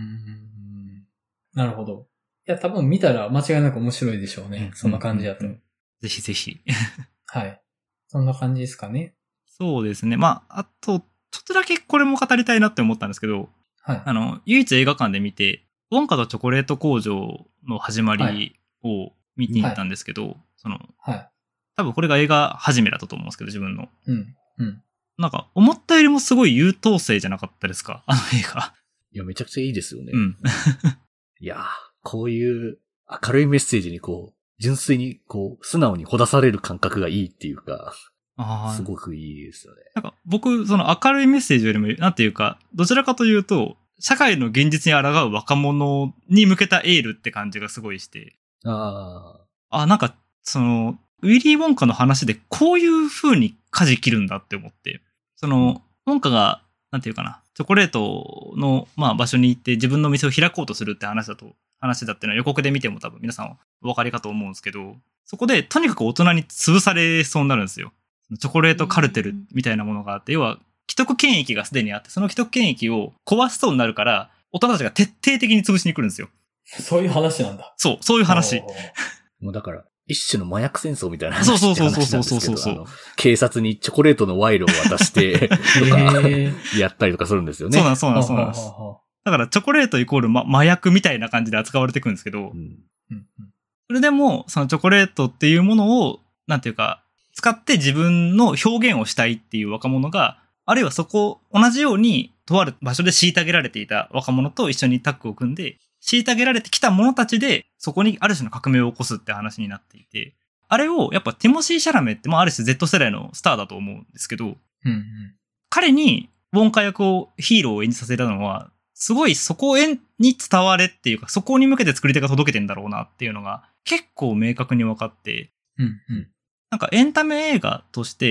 なるほど。いや、多分見たら間違いなく面白いでしょうね。そんな感じだと。 ぜひぜひ。 はい。そんな感じですかね。 そうですね。あと、ちょっとだけこれも語りたいなって思ったんですけど、唯一映画館で見て、ウォンカとチョコレート工場の始まりを見に行ったんですけど、多分これが映画始めだったと思うんですけど、自分の。なんか、思ったよりもすごい優等生じゃなかったですか、あの映画。 いや、めちゃくちゃいいですよね。いやー、こういう明るいメッセージに純粋に素直にほだされる感覚がいいっていうか、すごくいいですよね。 なんか僕、明るいメッセージよりも、なんていうか、どちらかというと、社会の現実に抗う若者に向けたエールって感じがすごいして。なんか、ウィリー・ウォンカの話でこういう風に舵切るんだって思って、ウォンカが、なんていうかな、チョコレートの、場所に行って自分の店を開こうとするって話だっていうのは予告で見ても多分皆さんお分かりかと思うんですけど、そこでとにかく大人に潰されそうになるんですよ。チョコレートカルテルみたいなものがあって、要は、既得権益がすでにあって、その既得権益を壊しそうになるから、大人たちが徹底的に潰しに来るんですよ。 そういう話なんだ。 そういう話。 もうだから、一種の麻薬戦争みたいな話なんですけど、警察にチョコレートの賄賂を渡して、とか、やったりとかするんですよね。 そうなんです。だからチョコレートイコール、麻薬みたいな感じで扱われていくんですけど、それでも、そのチョコレートっていうものを、なんていうか、使って自分の表現をしたいっていう若者が、あるいは同じように、とある場所で虐げられていた若者と一緒にタッグを組んで、虐げられてきた者たちで、そこにある種の革命を起こすって話になっていて、あれを、やっぱティモシー・シャラメって、ある種 Z 世代のスターだと思うんですけど、彼に、ウォンカ役を、ヒーローを演じさせたのは、すごいそこに伝われっていうか、そこに向けて作り手が届けてんだろうなっていうのが、結構明確に分かって、なんかエンタメ映画として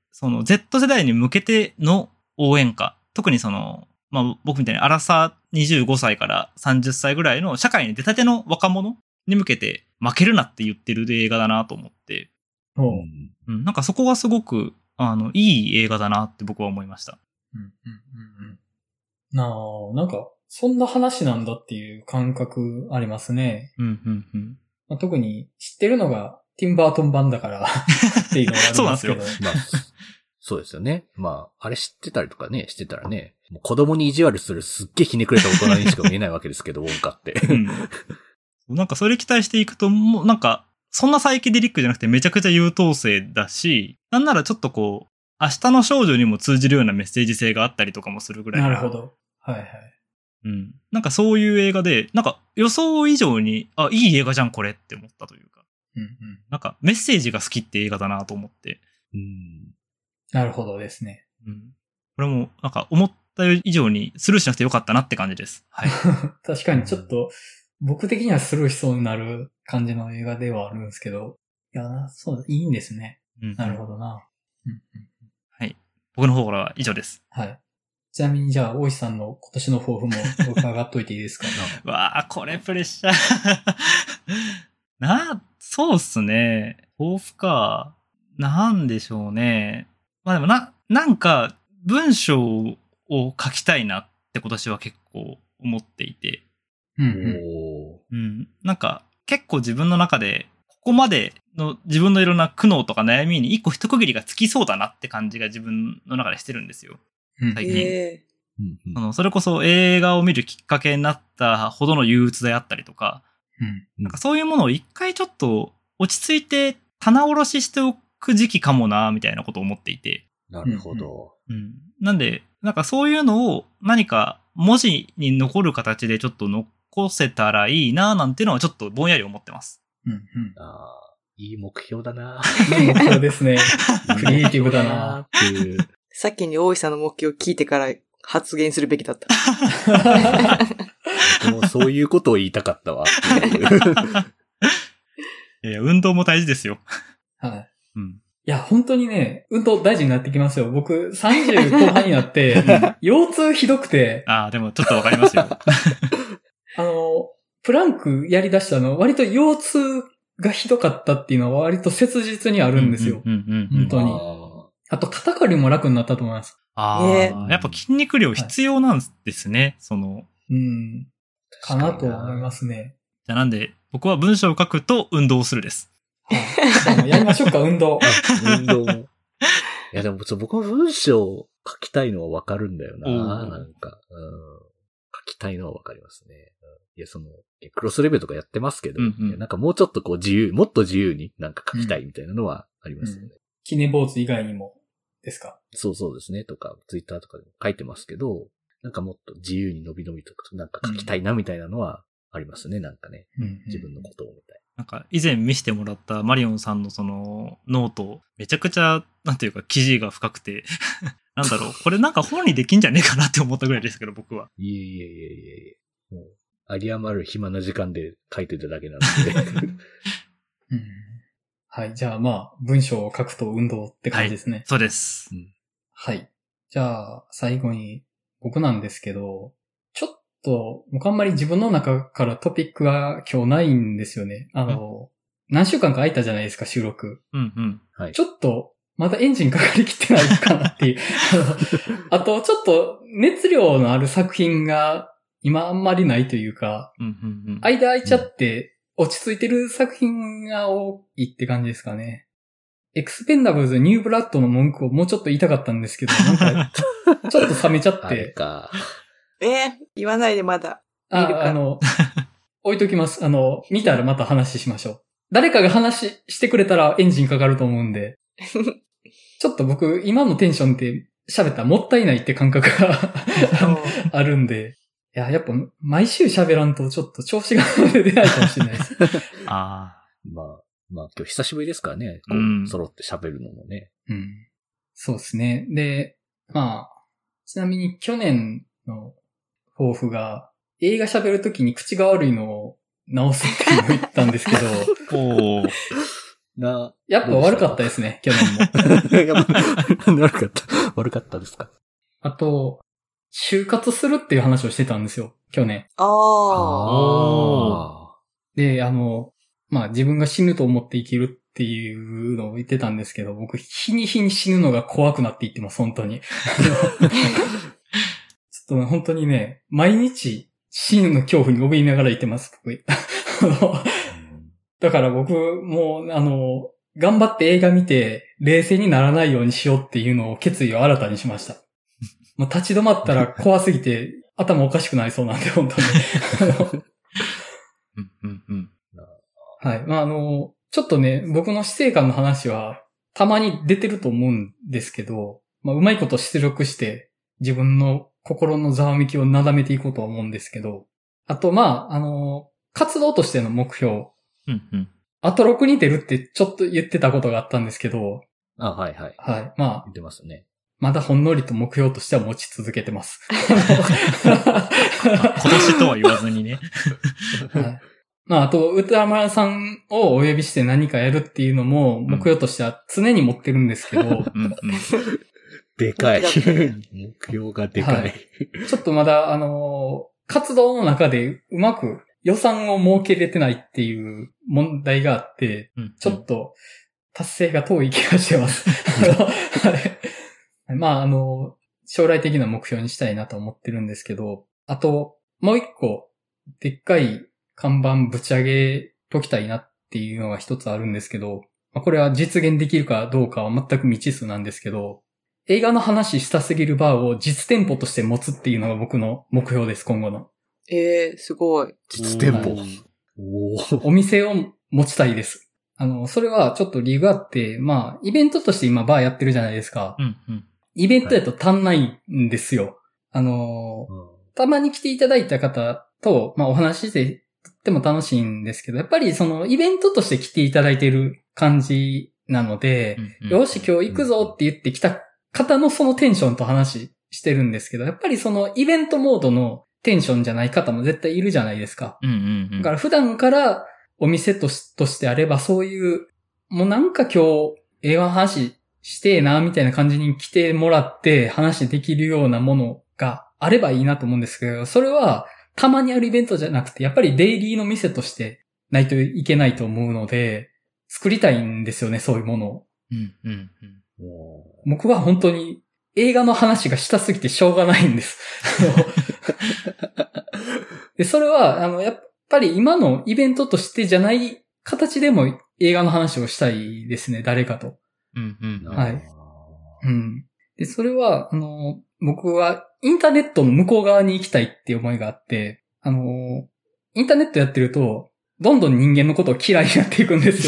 、Z 世代に向けての応援歌、特に僕みたいにアラサー25歳から30歳ぐらいの社会に出たての若者に向けて負けるなって言ってる映画だなと思って、なんかそこがすごく、いい映画だなって僕は思いました。 なんか、そんな話なんだっていう感覚ありますね。特に知ってるのがティンバートン版だからっていうのがあるんですけど。 そうですよね。あれ知ってたりとかね、してたらね、もう子供に意地悪するすっげえひねくれた大人にしか見えないわけですけど、ウォンカって。 なんかそれ期待していくと、もうなんか、そんなサイケデリックじゃなくてめちゃくちゃ優等生だし、なんならちょっと明日の少女にも通じるようなメッセージ性があったりとかもするぐらいなるほど。 なんかそういう映画で、なんか予想以上に、いい映画じゃんこれって思ったというか。なんかメッセージが好きって映画だなと思って。 なるほどですね。 これも、なんか思った以上にスルーしなくてよかったなって感じです。はい。 確かにちょっと、僕的にはスルーしそうになる感じの映画ではあるんですけど、いや、そう、いいんですね。なるほどな。 はい。僕の方からは以上です。 はい。ちなみにじゃあ、大石さんの今年の抱負も伺っといていいですか？ わあ、これプレッシャー。そうっすね。抱負か。なんでしょうね。まあでもなんか、文章を書きたいなって今年は結構思っていて。なんか、結構自分の中で、ここまでの自分のいろんな苦悩とか悩みに一個一区切りがつきそうだなって感じが自分の中でしてるんですよ。最近。それこそ映画を見るきっかけになったほどの憂鬱であったりとか、なんかそういうものを一回ちょっと落ち着いて棚卸ししておく時期かもな、みたいなことを思っていて。 なるほど。 なんで、なんかそういうのを何か文字に残る形でちょっと残せたらいいな、なんていうのはちょっとぼんやり思ってます。 いい目標だな。 いい目標ですね。クリエイティブだなっていう。 先に大石さんの目標を聞いてから発言するべきだった。 もうそういうことを言いたかったわ。 いや、運動も大事ですよ。 はい。いや、本当にね、運動大事になってきますよ。僕、30後半になって、腰痛ひどくて。 でもちょっとわかりますよ。 プランクやり出したの、割と腰痛がひどかったっていうのは割と切実にあるんですよ。本当に。あと、肩こりも楽になったと思います。 やっぱ筋肉量必要なんですね、 かなと思いますね。 じゃあなんで、僕は文章を書くと運動をするです。 やりましょうか、運動。 運動も。いや、でも僕も文章を書きたいのはわかるんだよな。なんか、書きたいのはわかりますね。いや、クロスレベルとかやってますけど、なんかもうちょっともっと自由になんか書きたいみたいなのはありますよね。 キネ坊主以外にもですか？ そうですね。とか、ツイッターとかでも書いてますけど、なんかもっと自由に伸び伸びとなんか書きたいなみたいなのはありますね。なんかね。自分のことをみたい。 なんか以前見せてもらったマリオンさんのそのノート、めちゃくちゃ、なんていうか記事が深くて、なんだろう、これなんか本にできんじゃねえかなって思ったぐらいですけど、僕は。 いえ。もう、有り余る暇な時間で書いてただけなので。 はい。じゃあまあ、文章を書くと運動って感じですね。 はい、そうです。 はい。じゃあ、最後に僕なんですけど、ちょっと、僕あんまり自分の中からトピックが今日ないんですよね。何週間か空いたじゃないですか、収録。 はい、 ちょっと、まだエンジンかかりきってないかなっていう。あと、ちょっと熱量のある作品が今あんまりないというか、間空いちゃって、落ち着いてる作品が多いって感じですかね。エクスペンダブルズニューブラッドの文句をもうちょっと言いたかったんですけど、なんか、ちょっと冷めちゃって。 言わないでまだ。 置いときます。見たらまた話しましょう。誰かが話してくれたらエンジンかかると思うんで。ちょっと僕、今のテンションって喋ったらもったいないって感覚があるんで。いや、やっぱ毎週喋らんとちょっと調子が出ないかもしれないです。 まあ今日久しぶりですからね。揃って喋るのもね。 そうですね。で、ちなみに去年の抱負が、映画喋るときに口が悪いのを直すっていうのを言ったんですけど、やっぱ悪かったですね、去年も。 悪かったですか？ あと、就活するっていう話をしてたんですよ、去年。で、自分が死ぬと思って生きるっていうのを言ってたんですけど、僕、日に日に死ぬのが怖くなっていってます、本当に。ちょっと本当にね、毎日死ぬの恐怖に怯えながら言ってます、僕。だから僕、もう、頑張って映画見て、冷静にならないようにしようっていうのを決意を新たにしました。もう立ち止まったら怖すぎて、頭おかしくなりそうなんで、本当に。はい。ちょっとね、僕の死生観の話は、たまに出てると思うんですけど、うまいこと出力して、自分の心のざわめきをなだめていこうと思うんですけど、あと、活動としての目標。アトロクに出るってちょっと言ってたことがあったんですけど、 あ、はいはい。 はい。まあ言っ、てますね。 まだほんのりと目標としては持ち続けてます。 今年とは言わずにね。 はい。まあ、あと、歌丸さんをお呼びして何かやるっていうのも目標としては常に持ってるんですけど、 うんうん。 でかい。 大きな声目標がでかい。 はいちょっとまだ、活動の中でうまく予算を設けれてないっていう問題があって、 うんちょっと達成が遠い気がしてます。はいまあ、将来的な目標にしたいなと思ってるんですけど、あと、もう一個、でっかい看板ぶち上げときたいなっていうのが一つあるんですけど、まあこれは実現できるかどうかは全く未知数なんですけど、映画の話したすぎるバーを実店舗として持つっていうのが僕の目標です、今後の。 すごい。 実店舗は。 おーお店を持ちたいです。それはちょっと理由があって、まあ、イベントとして今バーやってるじゃないですか。 うんうん。 イベントやと足んないんですよ。たまに来ていただいた方と、まあお話ししてとっても楽しいんですけど、やっぱりそのイベントとして来ていただいている感じなので、 うんうんよし今日行くぞって言って来た方のそのテンションと話してるんですけど、やっぱりそのイベントモードのテンションじゃない方も絶対いるじゃないですか。 うんうんうん。 だから普段からお店としてあればそういう、もうなんか今日映画の話してえな、みたいな感じに来てもらって話できるようなものがあればいいなと思うんですけど、それはたまにあるイベントじゃなくて、やっぱりデイリーの店としてないといけないと思うので、作りたいんですよね、そういうものを。 うんうんうん。 僕は本当に映画の話がしたすぎてしょうがないんです。で、それは、やっぱり今のイベントとしてじゃない形でも映画の話をしたいですね、誰かと。 うんうん。 はいうん。で、それは、僕はインターネットの向こう側に行きたいっていう思いがあって、インターネットやってると、どんどん人間のことを嫌いになっていくんですよ。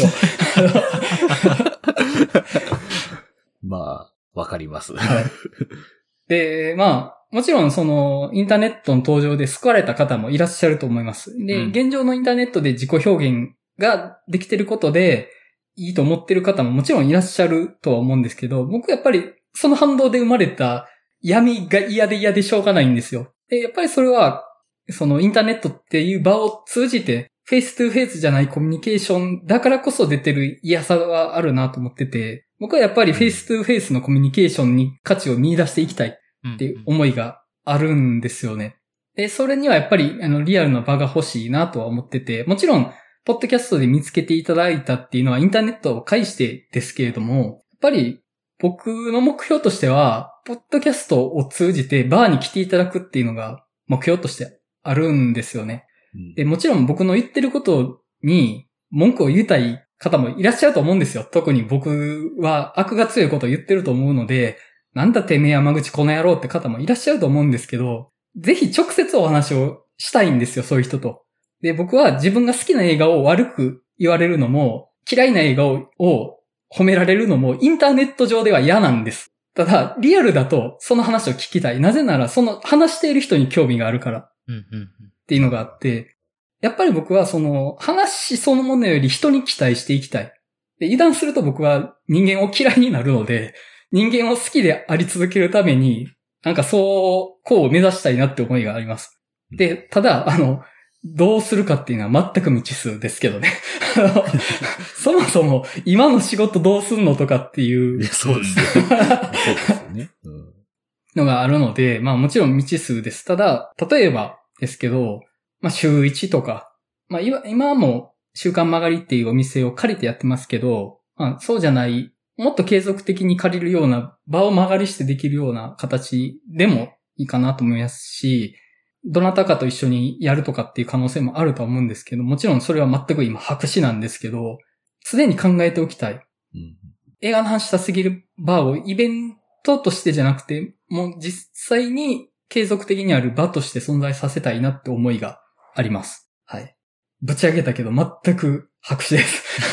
まあ、わかります。 はいで、まあ、もちろんその、インターネットの登場で救われた方もいらっしゃると思います。で、 うん現状のインターネットで自己表現ができてることで、いいと思ってる方ももちろんいらっしゃるとは思うんですけど、僕やっぱりその反動で生まれた闇が嫌でしょうがないんですよ。で、やっぱりそれは、そのインターネットっていう場を通じて、フェイストゥフェイスじゃないコミュニケーションだからこそ出てる嫌さはあるなと思ってて、僕はやっぱりフェイストゥフェイスのコミュニケーションに価値を見出していきたいっていう思いがあるんですよね。で、それにはやっぱり、リアルな場が欲しいなとは思ってて、もちろん、ポッドキャストで見つけていただいたっていうのはインターネットを介してですけれども、やっぱり僕の目標としては、ポッドキャストを通じてバーに来ていただくっていうのが目標としてあるんですよね。で、もちろん僕の言ってることに文句を言いたい方もいらっしゃると思うんですよ。特に僕は悪が強いことを言ってると思うので、なんだてめえ山口この野郎って方もいらっしゃると思うんですけど、ぜひ直接お話をしたいんですよ、そういう人と。で、僕は自分が好きな映画を悪く言われるのも、嫌いな映画を褒められるのも、インターネット上では嫌なんです。ただ、リアルだとその話を聞きたい。なぜなら、その話している人に興味があるからっうんうんていうのがあって、やっぱり僕はその話そのものより人に期待していきたい。で、油断すると僕は人間を嫌いになるので、人間を好きであり続けるために、なんかこう目指したいなって思いがあります。で、ただ、どうするかっていうのは全く未知数ですけどね。そもそも今の仕事どうすんのとかっていういやそうですよ。そうですよね。 のがあるので、まあもちろん未知数です。ただ、例えばですけど、まあ週1とか、まあ今も週刊曲がりっていうお店を借りてやってますけど、まあそうじゃない、もっと継続的に借りるような場を曲がりしてできるような形でもいいかなと思いますし、どなたかと一緒にやるとかっていう可能性もあるとは思うんですけど、もちろんそれは全く今白紙なんですけど、常に考えておきたい。映画の話したすぎるバーをイベントとしてじゃなくて、もう実際に継続的にある場として存在させたいなって思いがあります。はい。ぶち上げたけど全く白紙です。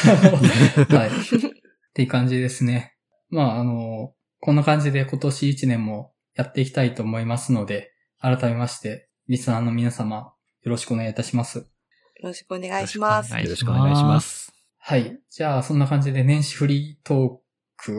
はい。っていう感じですね。まあこんな感じで今年1年もやっていきたいと思いますので、改めまして、リスナーの皆様、よろしくお願いいたします。 よろしくお願いします。 よろしくお願いします。 はい。じゃあ、そんな感じで年始フリートーク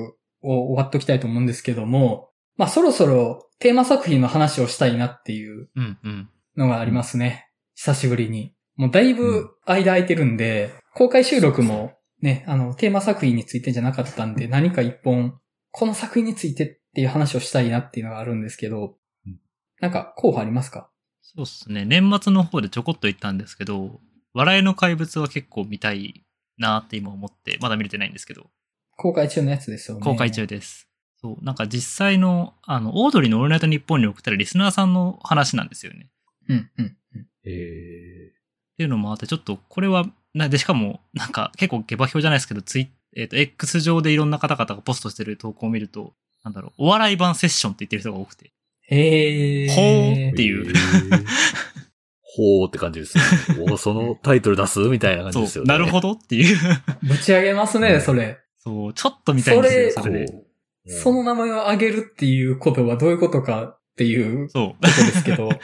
を終わっときたいと思うんですけども、まあそろそろテーマ作品の話をしたいなっていううんうん。 のがありますね。久しぶりに。もうだいぶ間空いてるんで、公開収録もね、テーマ作品についてじゃなかったんで、何か一本、この作品についてっていう話をしたいなっていうのがあるんですけど、なんか候補ありますか？ そうっすね。年末の方でちょこっと言ったんですけど、笑いの怪物は結構見たいなって今思って、まだ見れてないんですけど。 公開中のやつですよね。 公開中です。そう、なんか実際の、オードリーのオールナイトニッポンに送ったらリスナーさんの話なんですよね。 うんうんうん。 っていうのもあって、ちょっとこれは、で、しかも、なんか結構下馬評じゃないですけど、X 上でいろんな方々がポストしてる投稿を見ると、なんだろう、お笑い版セッションって言ってる人が多くて。ほーっていう。 ほーって感じですよ。そのタイトル出すみたいな感じですよね。 そう、なるほどっていう。 ぶち上げますね、それ。 そう、ちょっと見たいんですよ、それで。 その名前を挙げるっていうことはどういうことかっていうことですけど。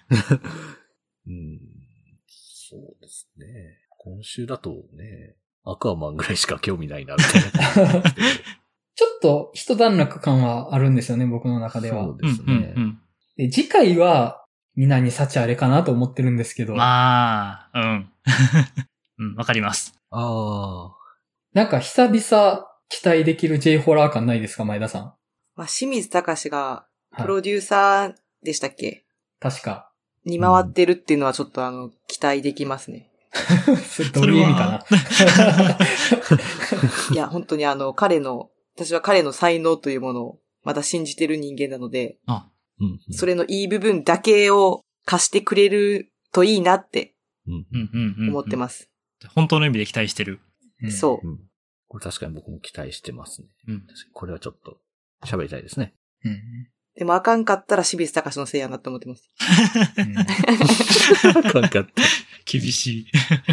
そうですね。今週だとね、アクアマンぐらいしか興味ないな、みたいな。 ちょっと一段落感はあるんですよね、僕の中では。 そうですね。 で次回は、南幸あれかなと思ってるんですけど。 まあ、うん。うん、わかります。 なんか久々期待できる J ホラー感ないですか、前田さん。 まあ、清水隆がプロデューサーでしたっけ？ 確か。 に回ってるっていうのはちょっと期待できますね。 それどういう意味かな。 いや、本当に私は彼の才能というものをまだ信じてる人間なので、それのいい部分だけを貸してくれるといいなって思ってます。 本当の意味で期待してる。 そう。 これ確かに僕も期待してますね。これはちょっと喋りたいですね。 でもあかんかったら清水隆のせいやなって思ってます。 あかんかった。 厳しい。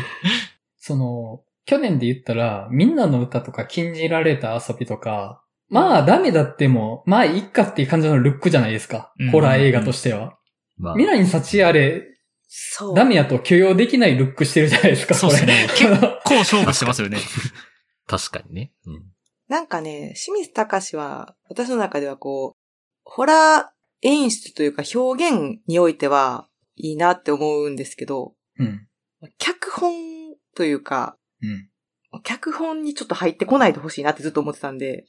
去年で言ったら、みんなの歌とか禁じられた遊びとか、まあダメだっても、まあいいかっていう感じのルックじゃないですか。ホラー映画としては。未来に幸あれ、ダメやと許容できないルックしてるじゃないですか、 そうですね。結構勝負してますよね。 確かにね。 なんかね、清水隆は、私の中ではホラー演出というか表現においてはいいなって思うんですけど、脚本というか、脚本にちょっと入ってこないでほしいなってずっと思ってたんで、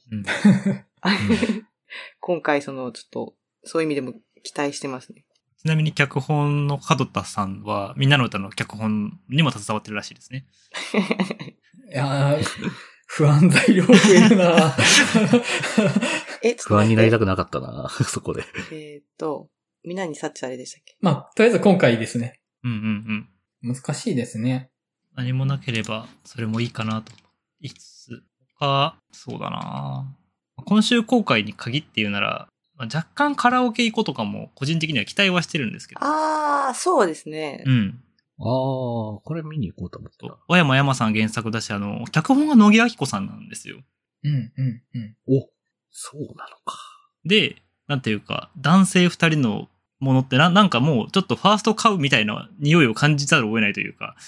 今回ちょっと、そういう意味でも期待してますね。 ちなみに脚本の門田さんは、みんなの歌の脚本にも携わってるらしいですね。 いやー、不安材料増えるな不安になりたくなかったな、そこで。 みんなに幸あれでしたっけ？ まあ、とりあえず今回ですね。 難しいですね。 何もなければ、それもいいかなと言いつつ、そうだな今週公開に限って言うなら、若干カラオケ行こうとかも個人的には期待はしてるんですけど。 そうですね。 これ見に行こうと思った。 小山山さん原作だし、脚本が野木明子さんなんですよ。 お、そうなのか。 で、なんていうか、男性二人のものってなんかもうちょっとファースト買うみたいな匂いを感じざるを得ないというか。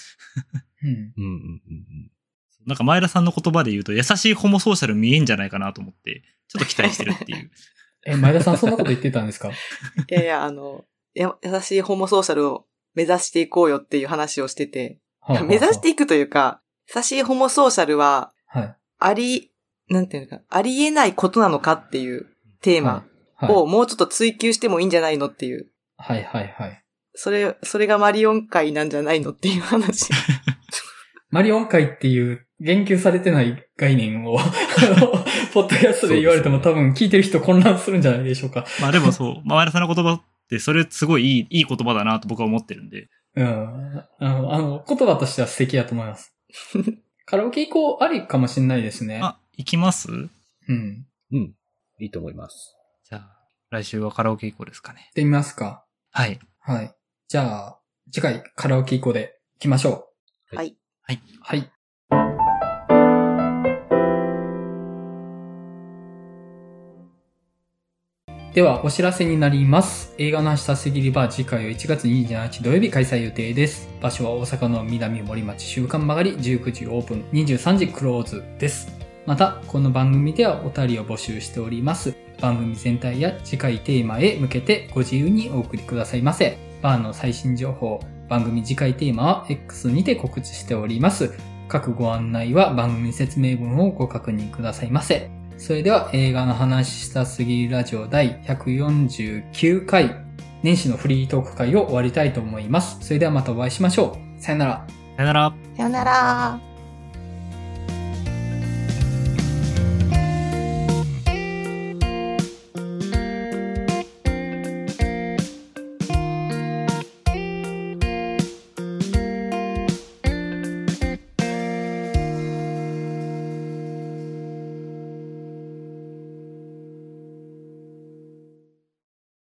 なんか前田さんの言葉で言うと優しいホモソーシャル見えんじゃないかなと思って、ちょっと期待してるっていう。 前田さんそんなこと言ってたんですか？ いや、優しいホモソーシャルを目指していこうよっていう話をしてて、目指していくというか、優しいホモソーシャルは、なんていうのか、ありえないことなのかっていうテーマをもうちょっと追求してもいいんじゃないのっていう。それがマリオン会なんじゃないのっていう話。 マリオン会っていう言及されてない概念をポッドキャストで言われても多分聞いてる人混乱するんじゃないでしょうか。 まあでもそう、前田さんの言葉ってそれすごいいい言葉だなと僕は思ってるんで。 言葉としては素敵だと思います。カラオケ移行ありかもしれないですね。 行きます？ いいと思います。 じゃあ、来週はカラオケ移行ですかね。 行ってみますか。 はい。 じゃあ、次回カラオケ移行で行きましょう。はい。 では、お知らせになります。映画の下すぎりバー次回は1月27日土曜日開催予定です。場所は大阪の南森町週刊曲がり19時オープン、23時クローズです。 また、この番組ではお便りを募集しております。番組全体や次回テーマへ向けてご自由にお送りくださいませ。バーの最新情報、番組次回テーマは X にて告知しております。各ご案内は番組説明文をご確認くださいませ。それでは映画の話したすぎるラジオ第149回、年始のフリートーク会を終わりたいと思います。それではまたお会いしましょう。さよなら。 さよなら。 さよなら。